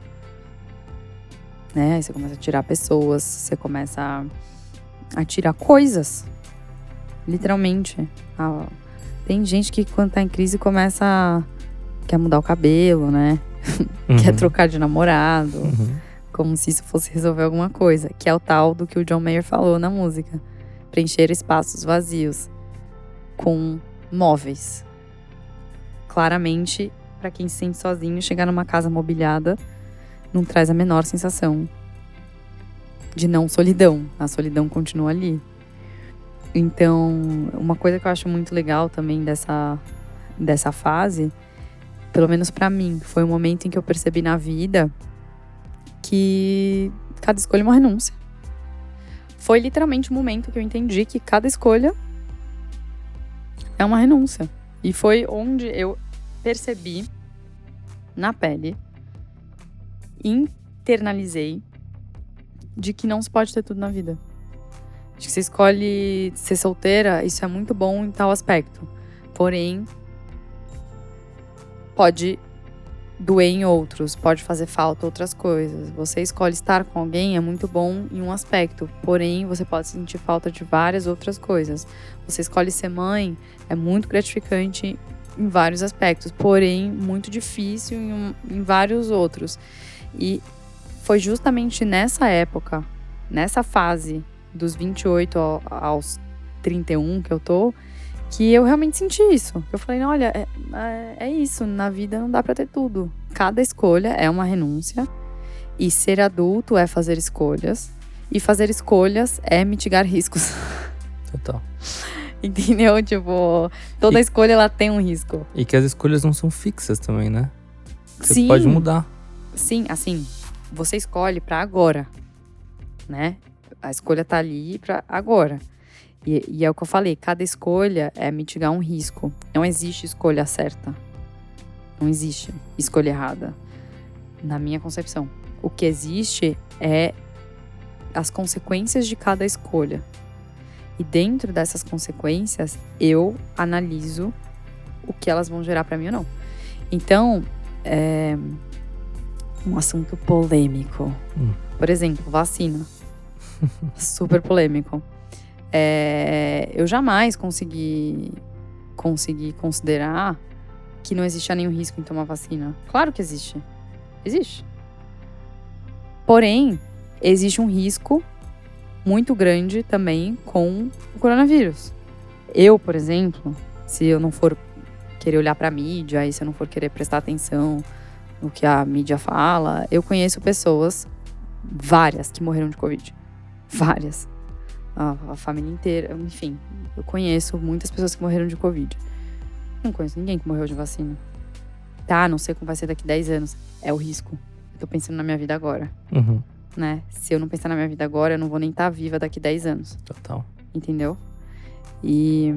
Né? Aí você começa a tirar pessoas, você começa a tirar coisas. Literalmente. Tem gente que quando tá em crise quer mudar o cabelo, né? Uhum. Quer trocar de namorado. Uhum. Como se isso fosse resolver alguma coisa. Que é o tal do que o John Mayer falou na música. Preencher espaços vazios com móveis. Claramente, para quem se sente sozinho, chegar numa casa mobiliada não traz a menor sensação de não solidão. A solidão continua ali. Então, uma coisa que eu acho muito legal também dessa fase, pelo menos pra mim, foi um momento em que eu percebi na vida que cada escolha é uma renúncia. Foi literalmente o momento que eu entendi que cada escolha é uma renúncia. E foi onde eu percebi na pele, internalizei de que não se pode ter tudo na vida. De que você escolhe ser solteira, isso é muito bom em tal aspecto. Porém, pode doer em outros, pode fazer falta outras coisas. Você escolhe estar com alguém, é muito bom em um aspecto. Porém, você pode sentir falta de várias outras coisas. Você escolhe ser mãe, é muito gratificante em vários aspectos. Porém, muito difícil em vários outros. E foi justamente nessa época, nessa fase dos 28 aos 31 que eu tô, que eu realmente senti isso. Eu falei, olha, é isso, na vida não dá pra ter tudo. Cada escolha é uma renúncia, e ser adulto é fazer escolhas, e fazer escolhas é mitigar riscos. Total. Entendeu? Tipo, toda escolha ela tem um risco. E que as escolhas não são fixas também, né? Você Sim. pode mudar. Sim, assim, você escolhe pra agora, né? A escolha tá ali pra agora. E é o que eu falei, cada escolha é mitigar um risco. Não existe escolha certa. Não existe escolha errada. Na minha concepção. O que existe é as consequências de cada escolha. E dentro dessas consequências, eu analiso o que elas vão gerar pra mim ou não. Então, é um assunto polêmico. Por exemplo, vacina. Super polêmico. Eu jamais consegui considerar que não existia nenhum risco em tomar vacina. Claro que existe. Existe. Porém, existe um risco muito grande também com o coronavírus. Eu, por exemplo, se eu não for querer olhar para a mídia, e se eu não for querer prestar atenção no que a mídia fala, eu conheço pessoas, várias, que morreram de Covid. Várias. A família inteira, enfim. Eu conheço muitas pessoas que morreram de Covid. Não conheço ninguém que morreu de vacina. Tá, não sei como vai ser daqui 10 anos. É o risco. Eu tô pensando na minha vida agora. Uhum. Né? Se eu não pensar na minha vida agora, eu não vou nem estar viva daqui 10 anos. Total. Entendeu? E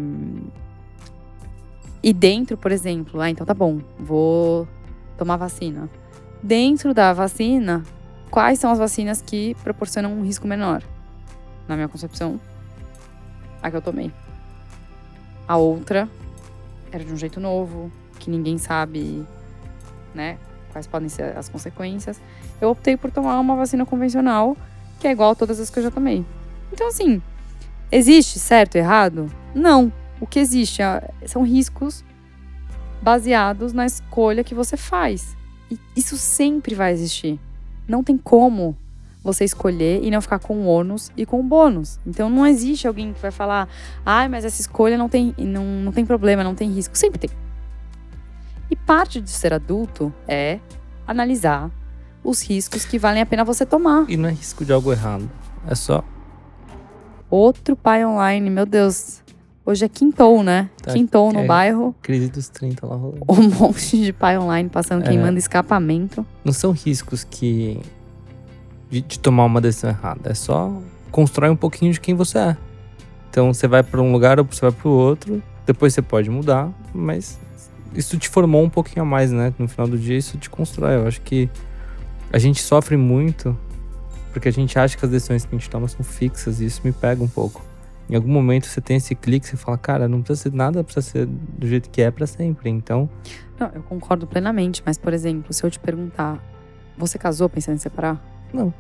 dentro, por exemplo, então tá bom, vou tomar vacina. Dentro da vacina, quais são as vacinas que proporcionam um risco menor? Na minha concepção, a que eu tomei. A outra era de um jeito novo, que ninguém sabe, né, quais podem ser as consequências. Eu optei por tomar uma vacina convencional, que é igual a todas as que eu já tomei. Então, assim, existe certo e errado? Não. O que existe são riscos baseados na escolha que você faz. E isso sempre vai existir. Não tem como você escolher e não ficar com o ônus e com o bônus. Então não existe alguém que vai falar: mas essa escolha não tem problema, não tem risco. Sempre tem. E parte de ser adulto é analisar os riscos que valem a pena você tomar. E não é risco de algo errado. É só... Outro pai online, meu Deus. Hoje é quintou, né? Tá, Quintou no bairro. Crise dos 30 lá rolando. Um monte de pai online passando, queimando escapamento. Não são riscos que... De tomar uma decisão errada. É só constrói um pouquinho de quem você é. Então você vai para um lugar ou você vai para o outro. Depois você pode mudar, mas isso te formou um pouquinho a mais, né? No final do dia isso te constrói. Eu acho que a gente sofre muito porque a gente acha que as decisões que a gente toma são fixas e isso me pega um pouco. Em algum momento você tem esse clique, você fala, cara, não precisa ser nada, precisa ser do jeito que é para sempre. Então... Não, eu concordo plenamente, mas, por exemplo, se eu te perguntar, você casou pensando em separar? Não.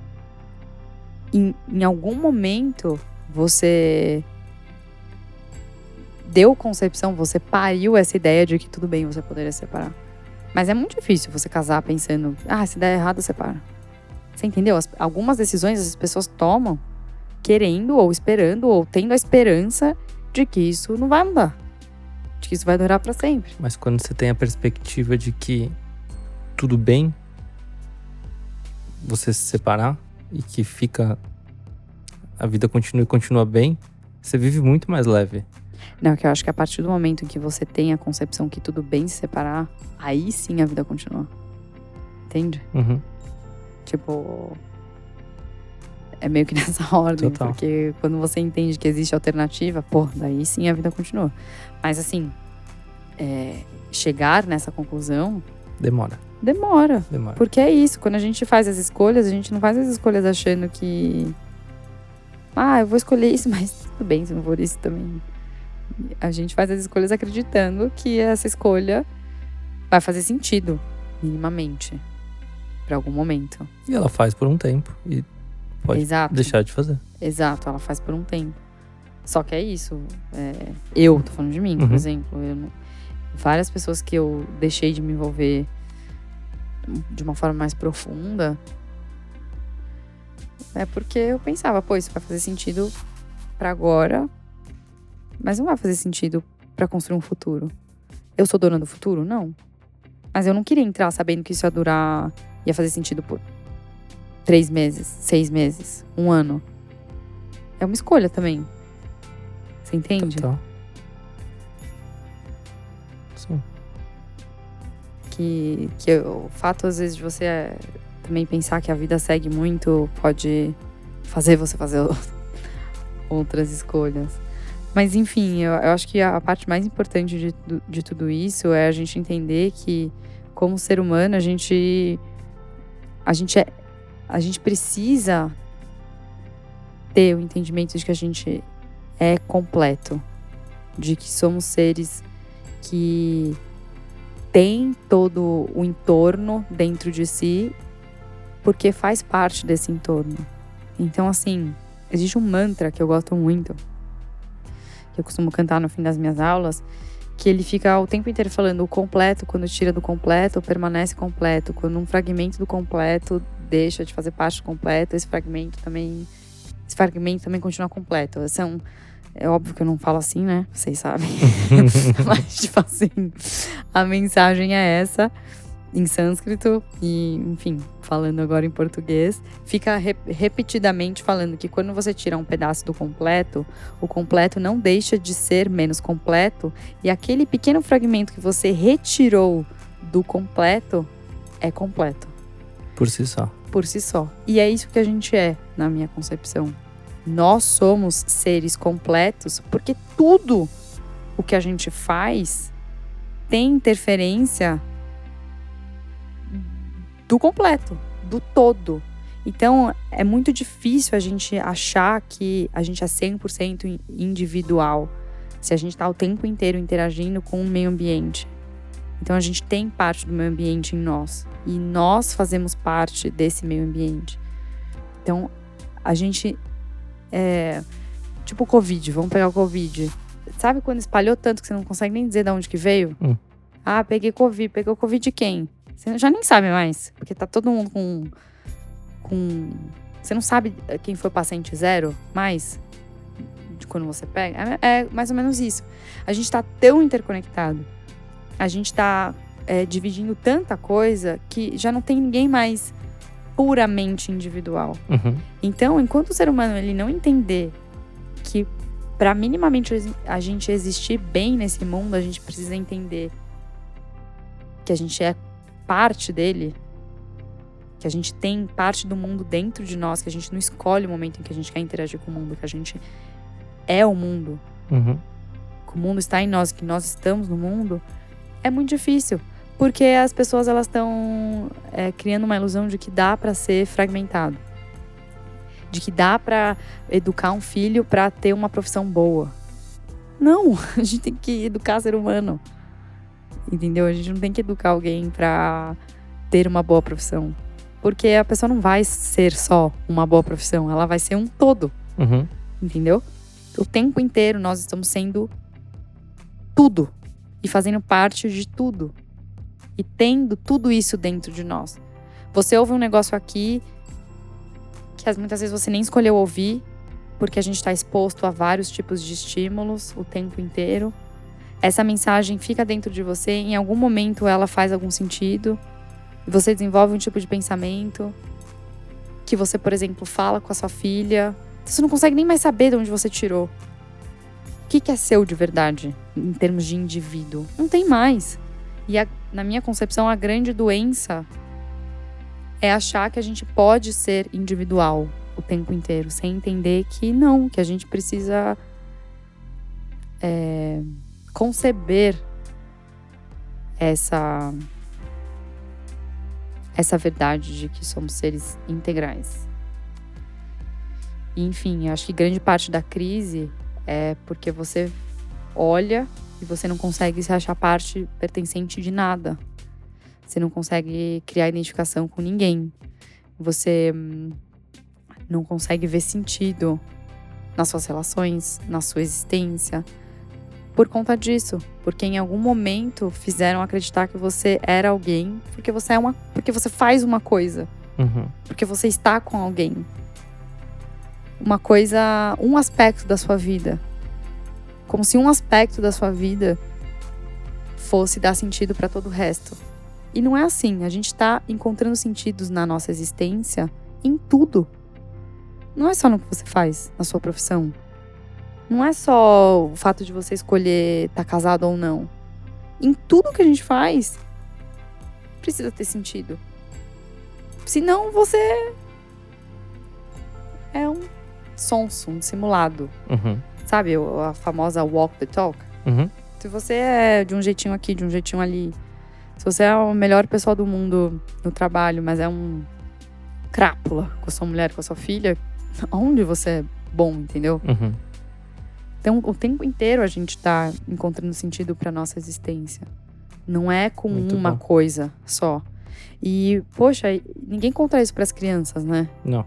Em algum momento, você deu concepção, você pariu essa ideia de que tudo bem, você poderia separar. Mas é muito difícil você casar pensando, se der errado, separa. Você entendeu? Algumas decisões as pessoas tomam querendo ou esperando ou tendo a esperança de que isso não vai mudar. De que isso vai durar para sempre. Mas quando você tem a perspectiva de que tudo bem você se separar e que a vida continua bem, você vive muito mais leve. Não, que eu acho que a partir do momento em que você tem a concepção que tudo bem se separar, aí sim a vida continua. Entende? Uhum. Tipo, é meio que nessa ordem. Total. Porque quando você entende que existe alternativa, daí sim a vida continua. Mas assim, chegar nessa conclusão... Demora. Porque é isso, quando a gente faz as escolhas, a gente não faz as escolhas achando que... eu vou escolher isso, mas tudo bem se não for isso também. A gente faz as escolhas acreditando que essa escolha vai fazer sentido, minimamente, para algum momento. E ela faz por um tempo e pode deixar de fazer. Exato, ela faz por um tempo. Só que é isso. Eu tô falando de mim, por exemplo. Várias pessoas que eu deixei de me envolver de uma forma mais profunda, é porque eu pensava, isso vai fazer sentido pra agora, mas não vai fazer sentido pra construir um futuro. Eu sou dona do futuro? Não. Mas eu não queria entrar sabendo que isso ia fazer sentido por 3 meses, 6 meses, 1 ano. É uma escolha também. Você entende? Total. Sim. Que o fato, às vezes, de você também pensar que a vida segue muito pode fazer você fazer outras escolhas. Mas, enfim, eu acho que a parte mais importante de tudo isso é a gente entender que, como ser humano, a gente precisa ter o entendimento de que a gente é completo. De que somos seres que tem todo o entorno dentro de si, porque faz parte desse entorno. Então, assim, existe um mantra que eu gosto muito, que eu costumo cantar no fim das minhas aulas, que ele fica o tempo inteiro falando: o completo, quando tira do completo, permanece completo. Quando um fragmento do completo deixa de fazer parte do completo, esse fragmento também continua completo. É óbvio que eu não falo assim, né? Vocês sabem. Mas, tipo assim, a mensagem é essa, em sânscrito, e, enfim, falando agora em português, fica repetidamente falando que quando você tira um pedaço do completo, o completo não deixa de ser menos completo, e aquele pequeno fragmento que você retirou do completo é completo. Por si só. Por si só. E é isso que a gente é, na minha concepção. Nós somos seres completos porque tudo o que a gente faz tem interferência do completo, do todo. Então, é muito difícil a gente achar que a gente é 100% individual se a gente está o tempo inteiro interagindo com o meio ambiente. Então, a gente tem parte do meio ambiente em nós. E nós fazemos parte desse meio ambiente. Então, a gente... tipo o Covid, vamos pegar o Covid. Sabe quando espalhou tanto que você não consegue nem dizer de onde que veio? Ah, peguei Covid. Pegou Covid de quem? Você já nem sabe mais. Porque tá todo mundo com... Você não sabe quem foi o paciente zero mais? De quando você pega? É mais ou menos isso. A gente tá tão interconectado. A gente tá dividindo tanta coisa que já não tem ninguém mais puramente individual. Então, enquanto o ser humano ele não entender que para minimamente a gente existir bem nesse mundo, a gente precisa entender que a gente é parte dele, que a gente tem parte do mundo dentro de nós, que a gente não escolhe o momento em que a gente quer interagir com o mundo, que a gente é o mundo, que o mundo está em nós, que nós estamos no mundo, é muito difícil. Porque as pessoas elas estão criando uma ilusão de que dá para ser fragmentado. De que dá para educar um filho para ter uma profissão boa. Não, a gente tem que educar ser humano. Entendeu? A gente não tem que educar alguém para ter uma boa profissão. Porque a pessoa não vai ser só uma boa profissão, ela vai ser um todo. Entendeu? O tempo inteiro nós estamos sendo tudo. E fazendo parte de tudo. E tendo tudo isso dentro de nós. Você ouve um negócio aqui que muitas vezes você nem escolheu ouvir, porque a gente está exposto a vários tipos de estímulos o tempo inteiro. Essa mensagem fica dentro de você, em algum momento ela faz algum sentido, e você desenvolve um tipo de pensamento que você, por exemplo, fala com a sua filha. Você não consegue nem mais saber de onde você tirou. O que é seu de verdade, em termos de indivíduo? Não tem mais. E na minha concepção, a grande doença é achar que a gente pode ser individual o tempo inteiro, sem entender que não, que a gente precisa conceber essa verdade de que somos seres integrais. E, enfim, acho que grande parte da crise é porque você olha e você não consegue se achar parte pertencente de nada. Você não consegue criar identificação com ninguém. Você não consegue ver sentido nas suas relações, na sua existência. Por conta disso. Porque em algum momento fizeram acreditar que você era alguém porque você faz uma coisa. Porque você está com alguém. Uma coisa, um aspecto da sua vida. Como se um aspecto da sua vida fosse dar sentido para todo o resto. E não é assim. A gente está encontrando sentidos na nossa existência em tudo. Não é só no que você faz, na sua profissão. Não é só o fato de você escolher estar casado ou não. Em tudo que a gente faz, precisa ter sentido. Senão você é um sonso, um dissimulado. Sabe, a famosa walk the talk? Se você é de um jeitinho aqui, de um jeitinho ali, se você é a melhor pessoa do mundo no trabalho, mas é um crápula com a sua mulher, com a sua filha, onde você é bom, entendeu? Então, o tempo inteiro a gente tá encontrando sentido pra nossa existência. Não é com uma coisa só. E, poxa, ninguém conta isso pras crianças, né? Não.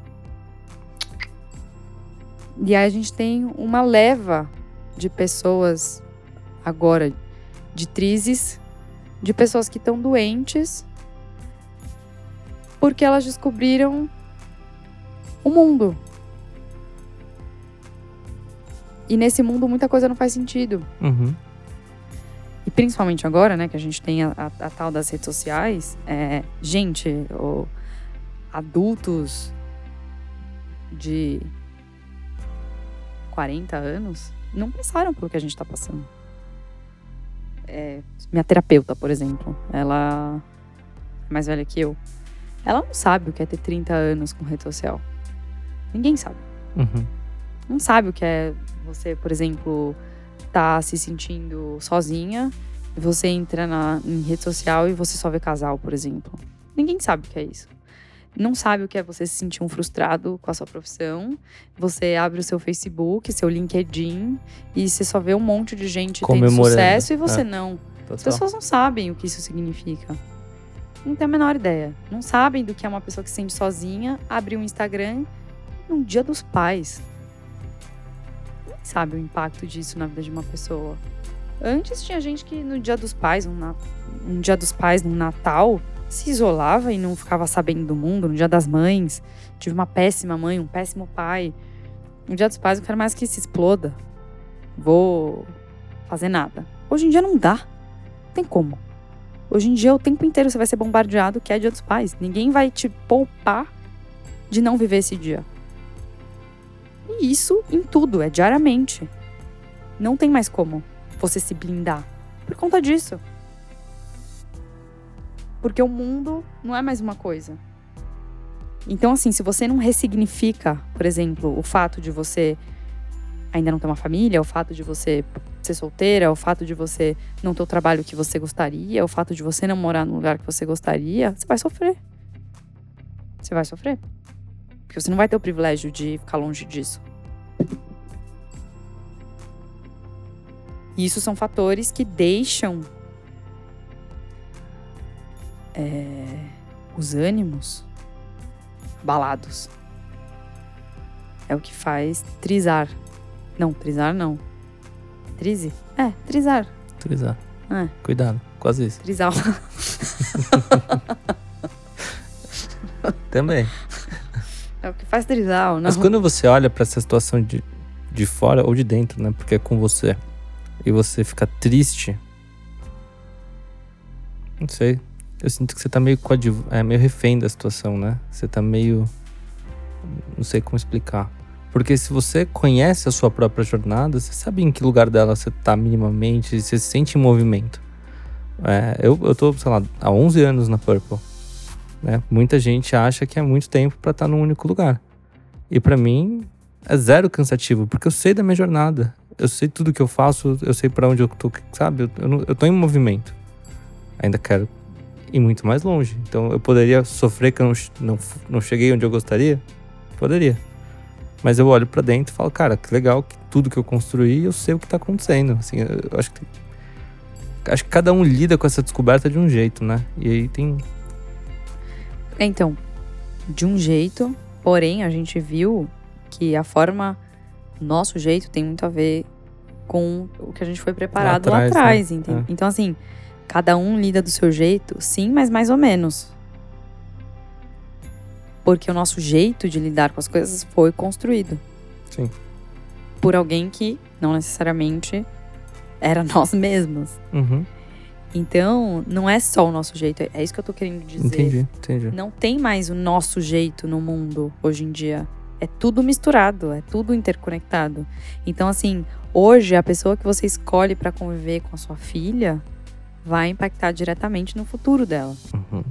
E aí a gente tem uma leva de pessoas agora, de trizes, de pessoas que estão doentes Porque elas descobriram o mundo. E nesse mundo muita coisa não faz sentido. Uhum. E principalmente agora, né, que a gente tem a tal das redes sociais. Gente, adultos de 40 anos não passaram pelo que a gente tá passando. Minha terapeuta, por exemplo, ela é mais velha que eu. Ela não sabe o que é ter 30 anos com rede social. Ninguém sabe. Uhum. Não sabe o que é você, por exemplo, tá se sentindo sozinha e você entra em rede social e você só vê casal, por exemplo. Ninguém sabe o que é isso. Não sabe o que é você se sentir frustrado com a sua profissão. Você abre o seu Facebook, seu LinkedIn e você só vê um monte de gente tendo sucesso e você não. Total. As pessoas não sabem o que isso significa. Não tem a menor ideia. Não sabem do que é uma pessoa que se sente sozinha, abrir um Instagram num Dia dos Pais. Ninguém sabe o impacto disso na vida de uma pessoa. Antes tinha gente que no Dia dos Pais, um Dia dos Pais, num Natal, se isolava e não ficava sabendo do mundo. No Dia das Mães, tive uma péssima mãe, um péssimo pai. No Dia dos Pais eu quero mais que se exploda. Vou fazer nada. Hoje em dia não dá. Não tem como. Hoje em dia o tempo inteiro você vai ser bombardeado que é Dia dos Pais. Ninguém vai te poupar de não viver esse dia. E isso em tudo, é diariamente. Não tem mais como você se blindar por conta disso. Porque o mundo não é mais uma coisa. Então, assim, se você não ressignifica, por exemplo, o fato de você ainda não ter uma família, o fato de você ser solteira, o fato de você não ter o trabalho que você gostaria, o fato de você não morar no lugar que você gostaria, você vai sofrer. Você vai sofrer. Porque você não vai ter o privilégio de ficar longe disso. E isso são fatores que deixam os ânimos abalados. É o que faz trisar. Não, trisar não. Trise? Trisar. Trisar. Cuidado, quase isso. Trisal. Também. É o que faz trisal, não. Mas quando você olha pra essa situação de fora ou de dentro, né? Porque é com você. E você fica triste. Não sei. Eu sinto que você tá meio meio refém da situação, né? Você tá meio... Não sei como explicar. Porque se você conhece a sua própria jornada, você sabe em que lugar dela você tá minimamente, você se sente em movimento. Eu tô, sei lá, há 11 anos na Purple. Né? Muita gente acha que é muito tempo pra estar num único lugar. E pra mim, é zero cansativo, porque eu sei da minha jornada. Eu sei tudo que eu faço, eu sei pra onde eu tô, sabe? Eu tô em movimento. Ainda quero ir muito mais longe. Então eu poderia sofrer que eu não cheguei onde eu gostaria? Poderia. Mas eu olho pra dentro e falo, cara, que legal que tudo que eu construí, eu sei o que tá acontecendo. Assim, eu acho que cada um lida com essa descoberta de um jeito, né? E aí tem... Então, de um jeito, porém a gente viu que a forma, nosso jeito tem muito a ver com o que a gente foi preparado lá atrás, né? Então assim, cada um lida do seu jeito, sim, mas mais ou menos. Porque o nosso jeito de lidar com as coisas foi construído. Sim. Por alguém que não necessariamente era nós mesmos. Uhum. Então, não é só o nosso jeito. É isso que eu tô querendo dizer. Entendi. Não tem mais o nosso jeito no mundo hoje em dia. É tudo misturado, é tudo interconectado. Então, assim, hoje a pessoa que você escolhe pra conviver com a sua filha vai impactar diretamente no futuro dela. Uhum.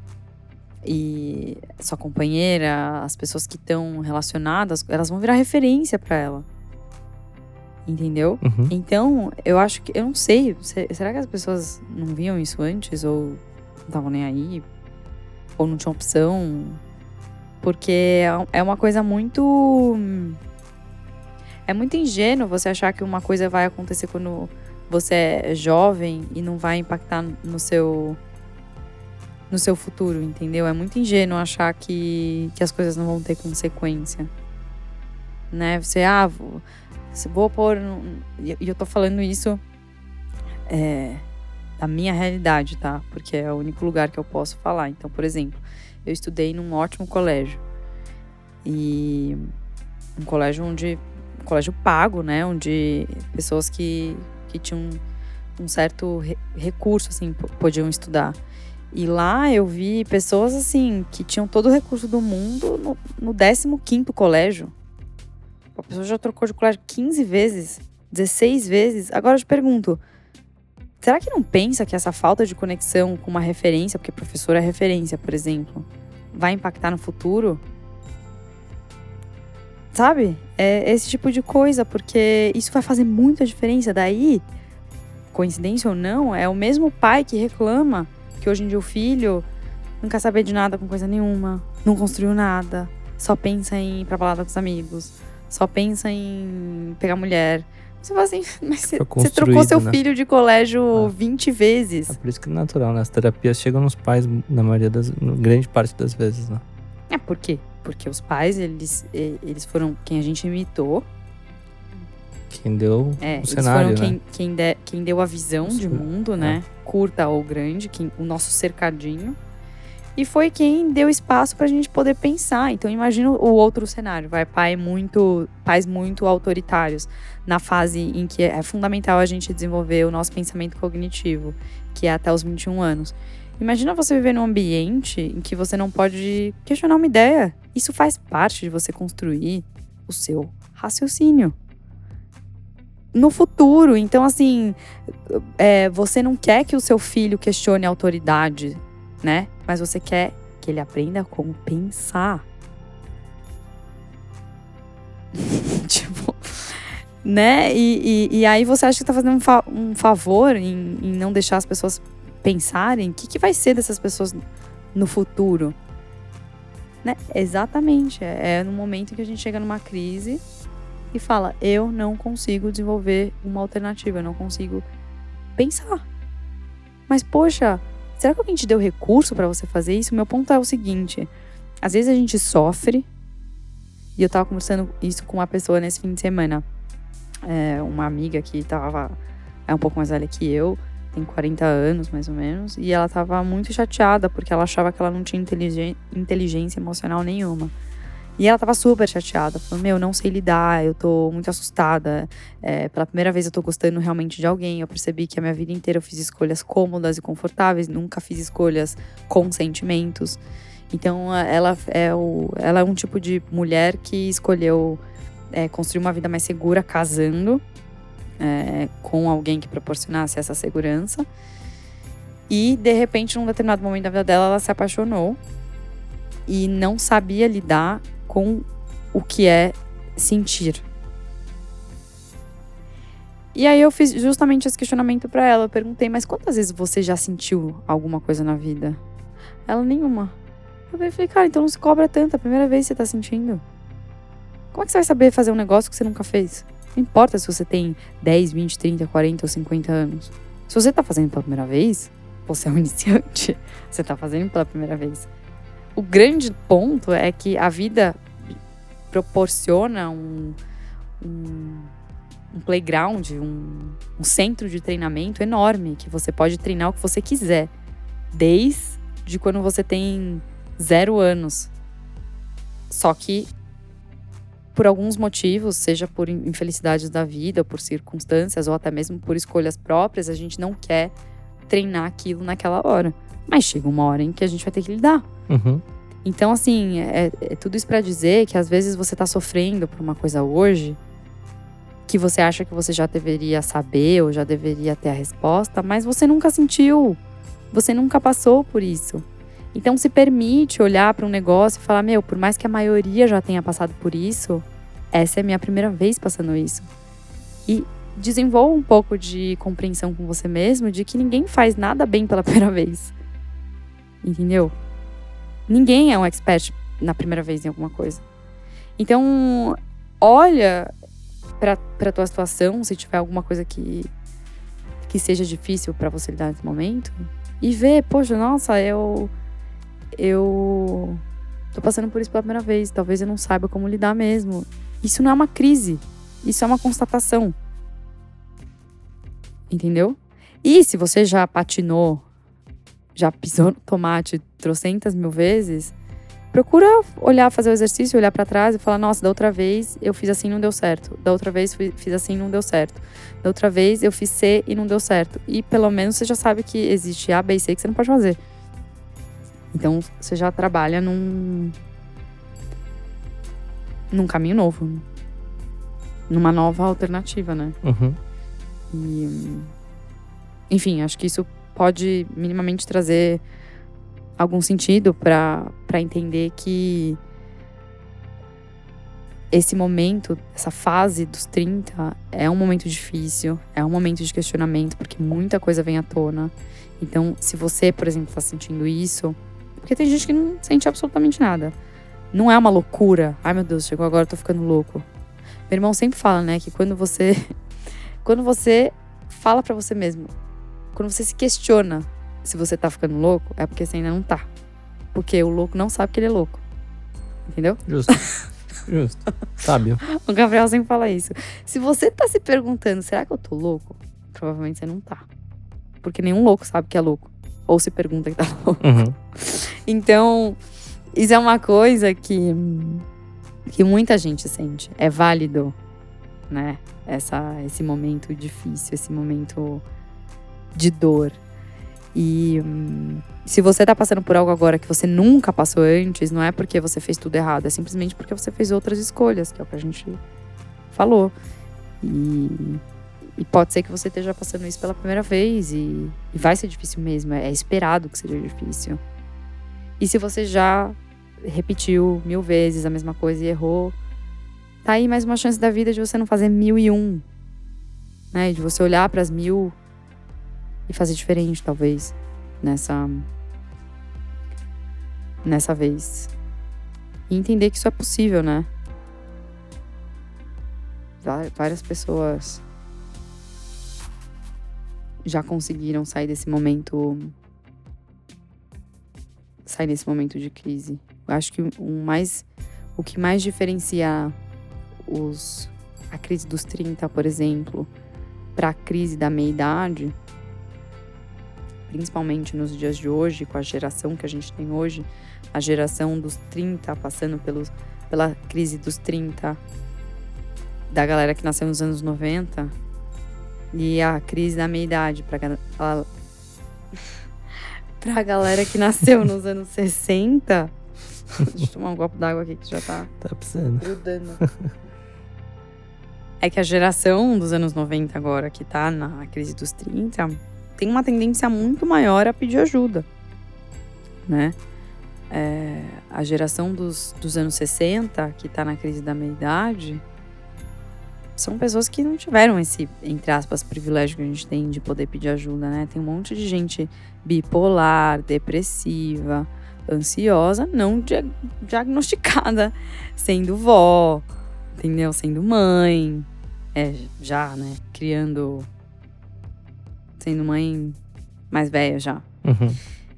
E sua companheira, as pessoas que estão relacionadas, elas vão virar referência pra ela. Entendeu? Uhum. Então, eu acho que... Eu não sei. Será que as pessoas não viam isso antes? Ou não estavam nem aí? Ou não tinham opção? Porque é uma coisa muito... É muito ingênuo você achar que uma coisa vai acontecer quando você é jovem e não vai impactar no seu futuro, entendeu? É muito ingênuo achar que as coisas não vão ter consequência. Né? Vou pôr... E eu tô falando isso da minha realidade, tá? Porque é o único lugar que eu posso falar. Então, por exemplo, eu estudei num ótimo colégio. E um colégio pago, né? Onde pessoas que tinham um certo recurso, assim, podiam estudar. E lá eu vi pessoas, assim, que tinham todo o recurso do mundo no 15º colégio. A pessoa já trocou de colégio 15 vezes, 16 vezes. Agora eu te pergunto, será que não pensa que essa falta de conexão com uma referência, porque professor é referência, por exemplo, vai impactar no futuro? Sabe? É esse tipo de coisa, porque isso vai fazer muita diferença. Daí, coincidência ou não, é o mesmo pai que reclama que hoje em dia o filho não quer saber de nada com coisa nenhuma, não construiu nada, só pensa em ir pra balada com os amigos, só pensa em pegar mulher. Você fala assim, mas você trocou seu filho de colégio 20 vezes. É por isso que é natural, né? As terapias chegam nos pais na grande parte das vezes, né? Por quê? Porque os pais, eles foram quem a gente imitou. Quem deu o cenário, foram né? Quem deu a visão de mundo, né? Curta ou grande, o nosso cercadinho. E foi quem deu espaço pra gente poder pensar. Então, imagina o outro cenário. Pais muito autoritários. Na fase em que é fundamental a gente desenvolver o nosso pensamento cognitivo, que é até os 21 anos. Imagina você viver num ambiente em que você não pode questionar uma ideia. Isso faz parte de você construir o seu raciocínio no futuro. Então, assim, você não quer que o seu filho questione a autoridade, né? Mas você quer que ele aprenda como pensar. Tipo, né? E aí você acha que tá fazendo um favor em não deixar as pessoas pensarem? O que vai ser dessas pessoas no futuro? Né? Exatamente. É no momento em que a gente chega numa crise e fala, eu não consigo desenvolver uma alternativa, eu não consigo pensar. Mas, poxa, será que alguém te deu recurso pra você fazer isso? Meu ponto é o seguinte, às vezes a gente sofre, e eu tava conversando isso com uma pessoa nesse fim de semana, uma amiga que é um pouco mais velha que eu, tem 40 anos mais ou menos, e ela tava muito chateada, porque ela achava que ela não tinha inteligência emocional nenhuma. E ela tava super chateada, falando, não sei lidar, eu tô muito assustada. Pela primeira vez eu tô gostando realmente de alguém. Eu percebi que a minha vida inteira eu fiz escolhas cômodas e confortáveis, nunca fiz escolhas com sentimentos. Então ela é um tipo de mulher que escolheu construir uma vida mais segura casando com alguém que proporcionasse essa segurança. E de repente, num determinado momento da vida dela, ela se apaixonou e não sabia lidar com o que é sentir. E aí eu fiz justamente esse questionamento pra ela. Eu perguntei, mas quantas vezes você já sentiu alguma coisa na vida? Ela, nenhuma. Eu falei, cara, então não se cobra tanto, é a primeira vez que você tá sentindo. Como é que você vai saber fazer um negócio que você nunca fez? Não importa se você tem 10, 20, 30, 40 ou 50 anos. Se você tá fazendo pela primeira vez, você é um iniciante. Você tá fazendo pela primeira vez. O grande ponto é que a vida proporciona um playground, um centro de treinamento enorme, que você pode treinar o que você quiser, desde quando você tem 0 anos. Só que, por alguns motivos, seja por infelicidades da vida, por circunstâncias, ou até mesmo por escolhas próprias, a gente não quer treinar aquilo naquela hora. Mas chega uma hora em que a gente vai ter que lidar. Uhum. Então, assim, é tudo isso pra dizer que às vezes você tá sofrendo por uma coisa hoje que você acha que você já deveria saber ou já deveria ter a resposta, mas você nunca sentiu, você nunca passou por isso. Então, se permite olhar pra um negócio e falar, por mais que a maioria já tenha passado por isso, essa é a minha primeira vez passando isso. E desenvolva um pouco de compreensão com você mesmo de que ninguém faz nada bem pela primeira vez. Entendeu? Ninguém é um expert na primeira vez em alguma coisa. Então, olha pra tua situação, se tiver alguma coisa que seja difícil pra você lidar nesse momento, e vê, poxa, nossa, eu tô passando por isso pela primeira vez, talvez eu não saiba como lidar mesmo. Isso não é uma crise, isso é uma constatação. Entendeu? E se você já patinou, já pisou no tomate trocentas mil vezes, procura olhar, fazer o exercício, olhar pra trás e falar, nossa, da outra vez eu fiz assim e não deu certo. Da outra vez fiz assim e não deu certo. Da outra vez eu fiz C e não deu certo. E pelo menos você já sabe que existe A, B e C que você não pode fazer. Então você já trabalha num caminho novo. Numa nova alternativa, né? Uhum. E, enfim, acho que isso pode minimamente trazer algum sentido para entender que esse momento, essa fase dos 30 é um momento difícil, é um momento de questionamento, porque muita coisa vem à tona. Então, se você, por exemplo, está sentindo isso, porque tem gente que não sente absolutamente nada. Não é uma loucura. Ai, meu Deus, chegou agora, eu tô ficando louco. Meu irmão sempre fala, né, que quando você fala pra você mesmo, quando você se questiona se você tá ficando louco, é porque você ainda não tá. Porque o louco não sabe que ele é louco. Entendeu? Justo. Sábio. O Gabriel sempre fala isso. Se você tá se perguntando, será que eu tô louco? Provavelmente você não tá. Porque nenhum louco sabe que é louco. Ou se pergunta que tá louco. Uhum. Então, isso é uma coisa que muita gente sente. É válido, né? Esse momento difícil, esse momento de dor. E se você tá passando por algo agora que você nunca passou antes, não é porque você fez tudo errado, é simplesmente porque você fez outras escolhas, que é o que a gente falou. E pode ser que você esteja passando isso pela primeira vez e vai ser difícil mesmo, é esperado que seja difícil. E se você já repetiu 1000 vezes a mesma coisa e errou, tá aí mais uma chance da vida de você não fazer 1001, né? De você olhar para as 1000 e fazer diferente, talvez, nessa vez. E entender que isso é possível, né? Várias pessoas já conseguiram sair desse momento de crise. Eu acho que o que mais diferencia a crise dos 30, por exemplo, para a crise da meia-idade, principalmente nos dias de hoje, com a geração que a gente tem hoje, a geração dos 30 passando pela crise dos 30 da galera que nasceu nos anos 90 e a crise da meia-idade pra galera que nasceu nos anos 60. Deixa eu tomar um copo d'água aqui que já tá precisando. grudando. É que a geração dos anos 90 agora, que tá na crise dos 30, tem uma tendência muito maior a pedir ajuda, né? A geração dos anos 60, que tá na crise da meia-idade, são pessoas que não tiveram esse, entre aspas, privilégio que a gente tem de poder pedir ajuda, né? Tem um monte de gente bipolar, depressiva, ansiosa, não diagnosticada, sendo vó, entendeu? Sendo mãe, já, né? Sendo mãe mais velha já. Uhum.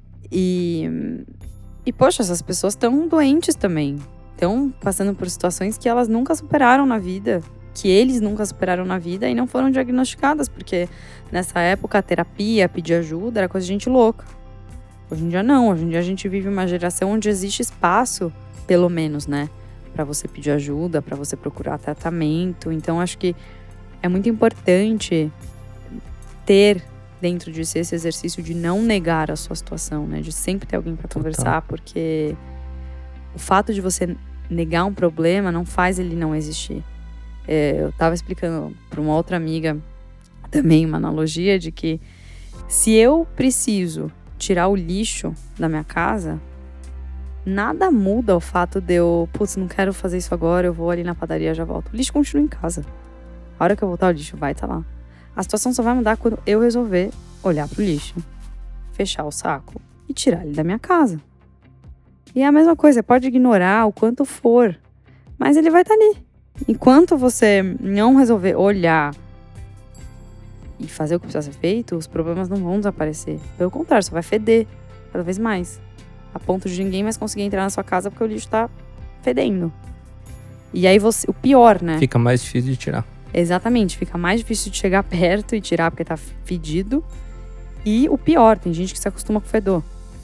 E poxa, essas pessoas estão doentes também. Estão passando por situações que elas nunca superaram na vida, que eles nunca superaram na vida e não foram diagnosticadas, porque nessa época a terapia, pedir ajuda, era coisa de gente louca. Hoje em dia não, hoje em dia a gente vive uma geração onde existe espaço, pelo menos, né? Pra você pedir ajuda, pra você procurar tratamento. Então acho que é muito importante ter dentro de si esse exercício de não negar a sua situação, né? De sempre ter alguém pra conversar, porque o fato de você negar um problema não faz ele não existir. Eu tava explicando pra uma outra amiga também uma analogia de que se eu preciso tirar o lixo da minha casa, nada muda o fato de eu, não quero fazer isso agora, eu vou ali na padaria, já volto. O lixo continua em casa. A hora que eu voltar, o lixo vai estar lá. A situação só vai mudar quando eu resolver olhar pro lixo, fechar o saco e tirar ele da minha casa. E é a mesma coisa, pode ignorar o quanto for, mas ele vai estar ali. Enquanto você não resolver olhar e fazer o que precisa ser feito, os problemas não vão desaparecer. Pelo contrário, só vai feder cada vez mais. A ponto de ninguém mais conseguir entrar na sua casa porque o lixo tá fedendo. E aí o pior, né? Fica mais difícil de tirar. Exatamente, fica mais difícil de chegar perto e tirar porque tá fedido. E o pior, tem gente que se acostuma com o fedor.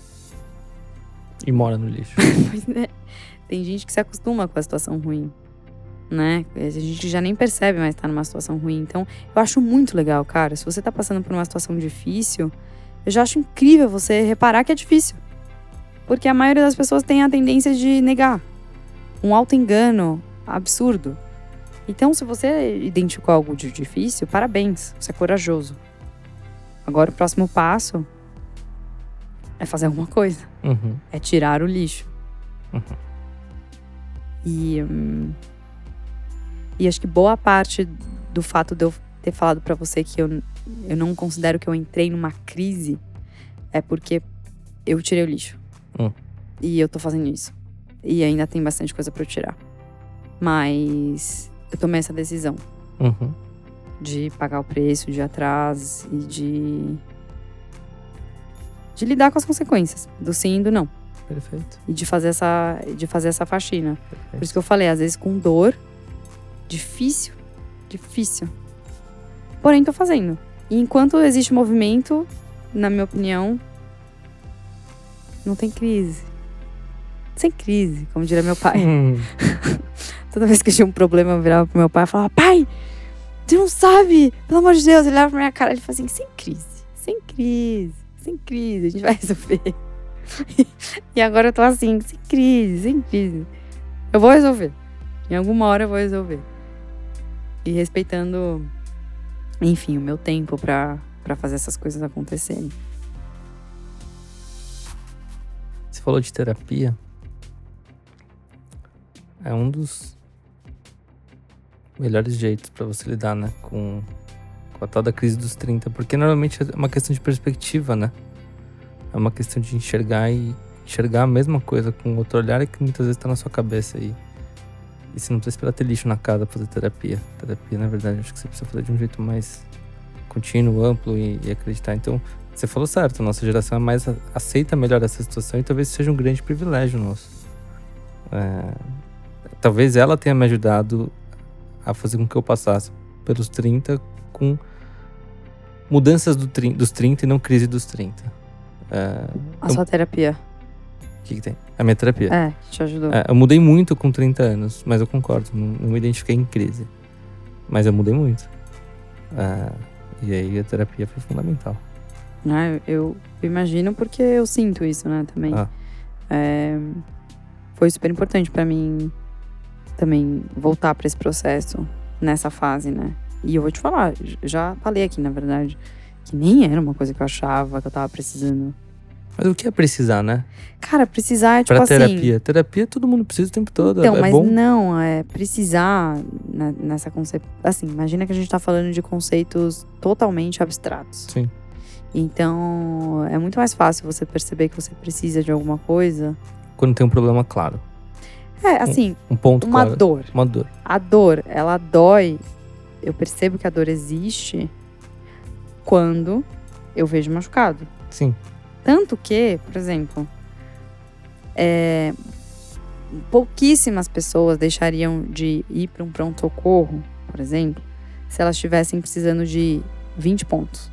E mora no lixo. Pois é. Tem gente que se acostuma com a situação ruim, né? A gente já nem percebe mais estar numa situação ruim. Então, eu acho muito legal, cara. Se você tá passando por uma situação difícil, eu já acho incrível você reparar que é difícil. Porque a maioria das pessoas tem a tendência de negar. Um auto-engano absurdo. Então, se você identificou algo de difícil, parabéns. Você é corajoso. Agora, o próximo passo é fazer alguma coisa. Uhum. É tirar o lixo. Uhum. E acho que boa parte do fato de eu ter falado pra você que eu não considero que eu entrei numa crise é porque eu tirei o lixo. E eu tô fazendo isso. E ainda tem bastante coisa pra eu tirar. Mas eu tomei essa decisão. Uhum. De pagar o preço, de ir atrás e de lidar com as consequências do sim e do não. Perfeito. E de fazer essa faxina. Perfeito. Por isso que eu falei, às vezes com dor, difícil. Porém, tô fazendo. E enquanto existe movimento, na minha opinião, não tem crise. Sem crise, como diria meu pai. Toda vez que eu tinha um problema, eu virava pro meu pai e falava: pai, você não sabe, pelo amor de Deus. Ele olhava pra minha cara e falava assim: sem crise, a gente vai resolver. E agora eu tô assim, sem crise. Eu vou resolver. Em alguma hora eu vou resolver. E respeitando, enfim, o meu tempo pra fazer essas coisas acontecerem. Você falou de terapia. É um dos melhores jeitos pra você lidar, né? Com a tal da crise dos 30. Porque normalmente é uma questão de perspectiva, né? É uma questão de enxergar a mesma coisa com outro olhar e que muitas vezes tá na sua cabeça aí. E você não precisa esperar ter lixo na casa pra fazer terapia. Terapia, na verdade, acho que você precisa fazer de um jeito mais contínuo, amplo e acreditar. Então, você falou certo, a nossa geração é mais aceita melhor essa situação e talvez seja um grande privilégio nosso. Talvez ela tenha me ajudado a fazer com que eu passasse pelos 30 com mudanças dos 30 e não crise dos 30. A sua terapia. O que tem? A minha terapia. Te ajudou. Eu mudei muito com 30 anos, mas eu concordo, não me identifiquei em crise. Mas eu mudei muito. E aí a terapia foi fundamental. Eu imagino porque eu sinto isso, né, também. Foi super importante pra mim também voltar pra esse processo nessa fase, né? E eu vou te falar, já falei aqui, na verdade, que nem era uma coisa que eu achava que eu tava precisando. Mas o que é precisar, né? Cara, precisar é tipo pra assim... terapia. Terapia todo mundo precisa o tempo todo. Então, mas bom. não, precisar nessa conceito... Assim, imagina que a gente tá falando de conceitos totalmente abstratos. Sim. Então, é muito mais fácil você perceber que você precisa de alguma coisa. Quando tem um problema claro. Assim, um ponto uma claro. dor. Uma dor. A dor, ela dói. Eu percebo que a dor existe quando eu vejo machucado. Sim. Tanto que, por exemplo, pouquíssimas pessoas deixariam de ir para um pronto-socorro, por exemplo, se elas estivessem precisando de 20 pontos.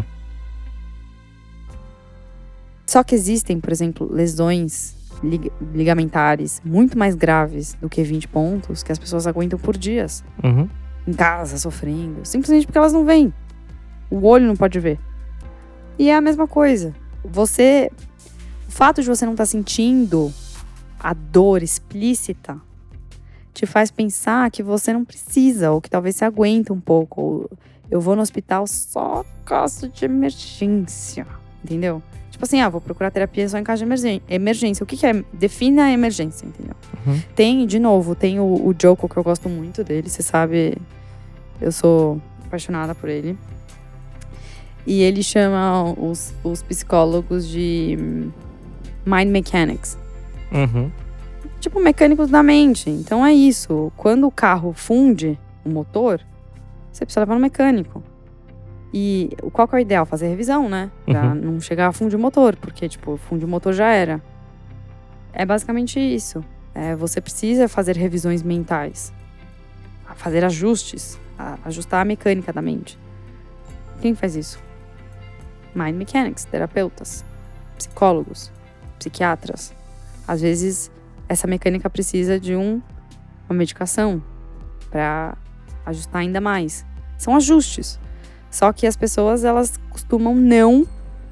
Só que existem, por exemplo, lesões ligamentares muito mais graves do que 20 pontos que as pessoas aguentam por dias. Uhum. Em casa, sofrendo. Simplesmente porque elas não veem. O olho não pode ver. E é a mesma coisa. O fato de você não estar sentindo a dor explícita te faz pensar que você não precisa, ou que talvez você aguenta um pouco. Ou eu vou no hospital só caso de emergência. Entendeu? Tipo assim, vou procurar terapia só em caso de emergência. O que é? Defina a emergência, entendeu? Uhum. Tem o Joko, que eu gosto muito dele. Você sabe, eu sou apaixonada por ele. E ele chama os psicólogos de mind mechanics. Uhum. Tipo, mecânicos da mente. Então é isso. Quando o carro funde o motor, você precisa levar no mecânico. E qual que é o ideal? Fazer revisão, né? Pra não chegar a fundir o motor. Porque, tipo, fundir o motor já era. É basicamente isso. Você precisa fazer revisões mentais. Fazer ajustes. Ajustar a mecânica da mente. Quem faz isso? mind mechanics, terapeutas, psicólogos, psiquiatras. Às vezes, essa mecânica precisa de uma medicação para ajustar ainda mais. São ajustes. Só que as pessoas, elas costumam não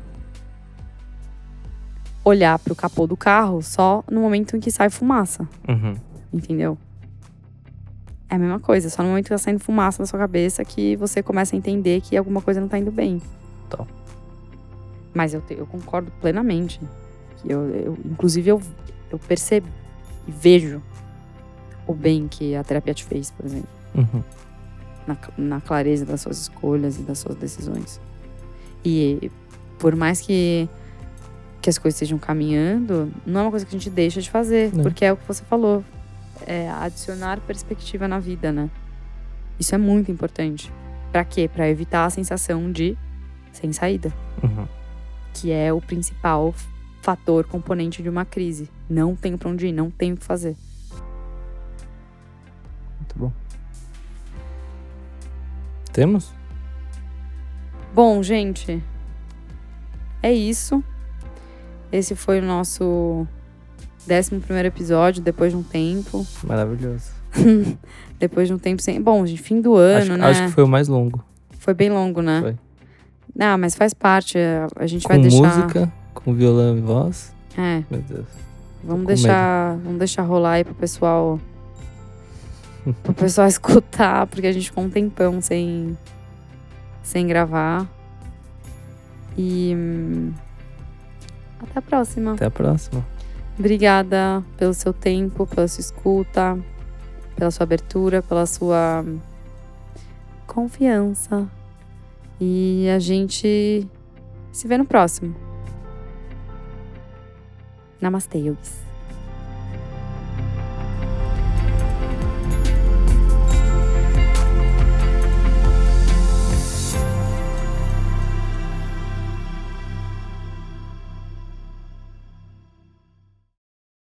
olhar para o capô do carro só no momento em que sai fumaça. Entendeu? É a mesma coisa, só no momento que tá saindo fumaça da sua cabeça que você começa a entender que alguma coisa não tá indo bem. Tá. Mas eu concordo plenamente. Que inclusive, eu percebo e vejo o bem que a terapia te fez, por exemplo. Na clareza das suas escolhas e das suas decisões. E por mais que as coisas estejam caminhando, não é uma coisa que a gente deixa de fazer. Não. Porque é o que você falou. É adicionar perspectiva na vida, né? Isso é muito importante. Pra quê? Pra evitar a sensação de sem saída. Que é o principal fator, componente de uma crise. Não tenho pra onde ir, não tenho o que fazer. Muito bom. Temos? Bom, gente, é isso. Esse foi o nosso 11º episódio, depois de um tempo. Maravilhoso. Depois de um tempo sem... Bom, de fim do ano, né? Acho que foi o mais longo. Foi bem longo, né? Foi. Ah, mas faz parte. A gente com vai deixar... música, com violão e voz. É. Meu Deus. Vamos deixar rolar aí pro pessoal... pro pessoal escutar, porque a gente ficou um tempão sem gravar. E... até a próxima. Até a próxima. Obrigada pelo seu tempo, pela sua escuta, pela sua abertura, pela sua confiança. E a gente se vê no próximo. Namastê, yogis.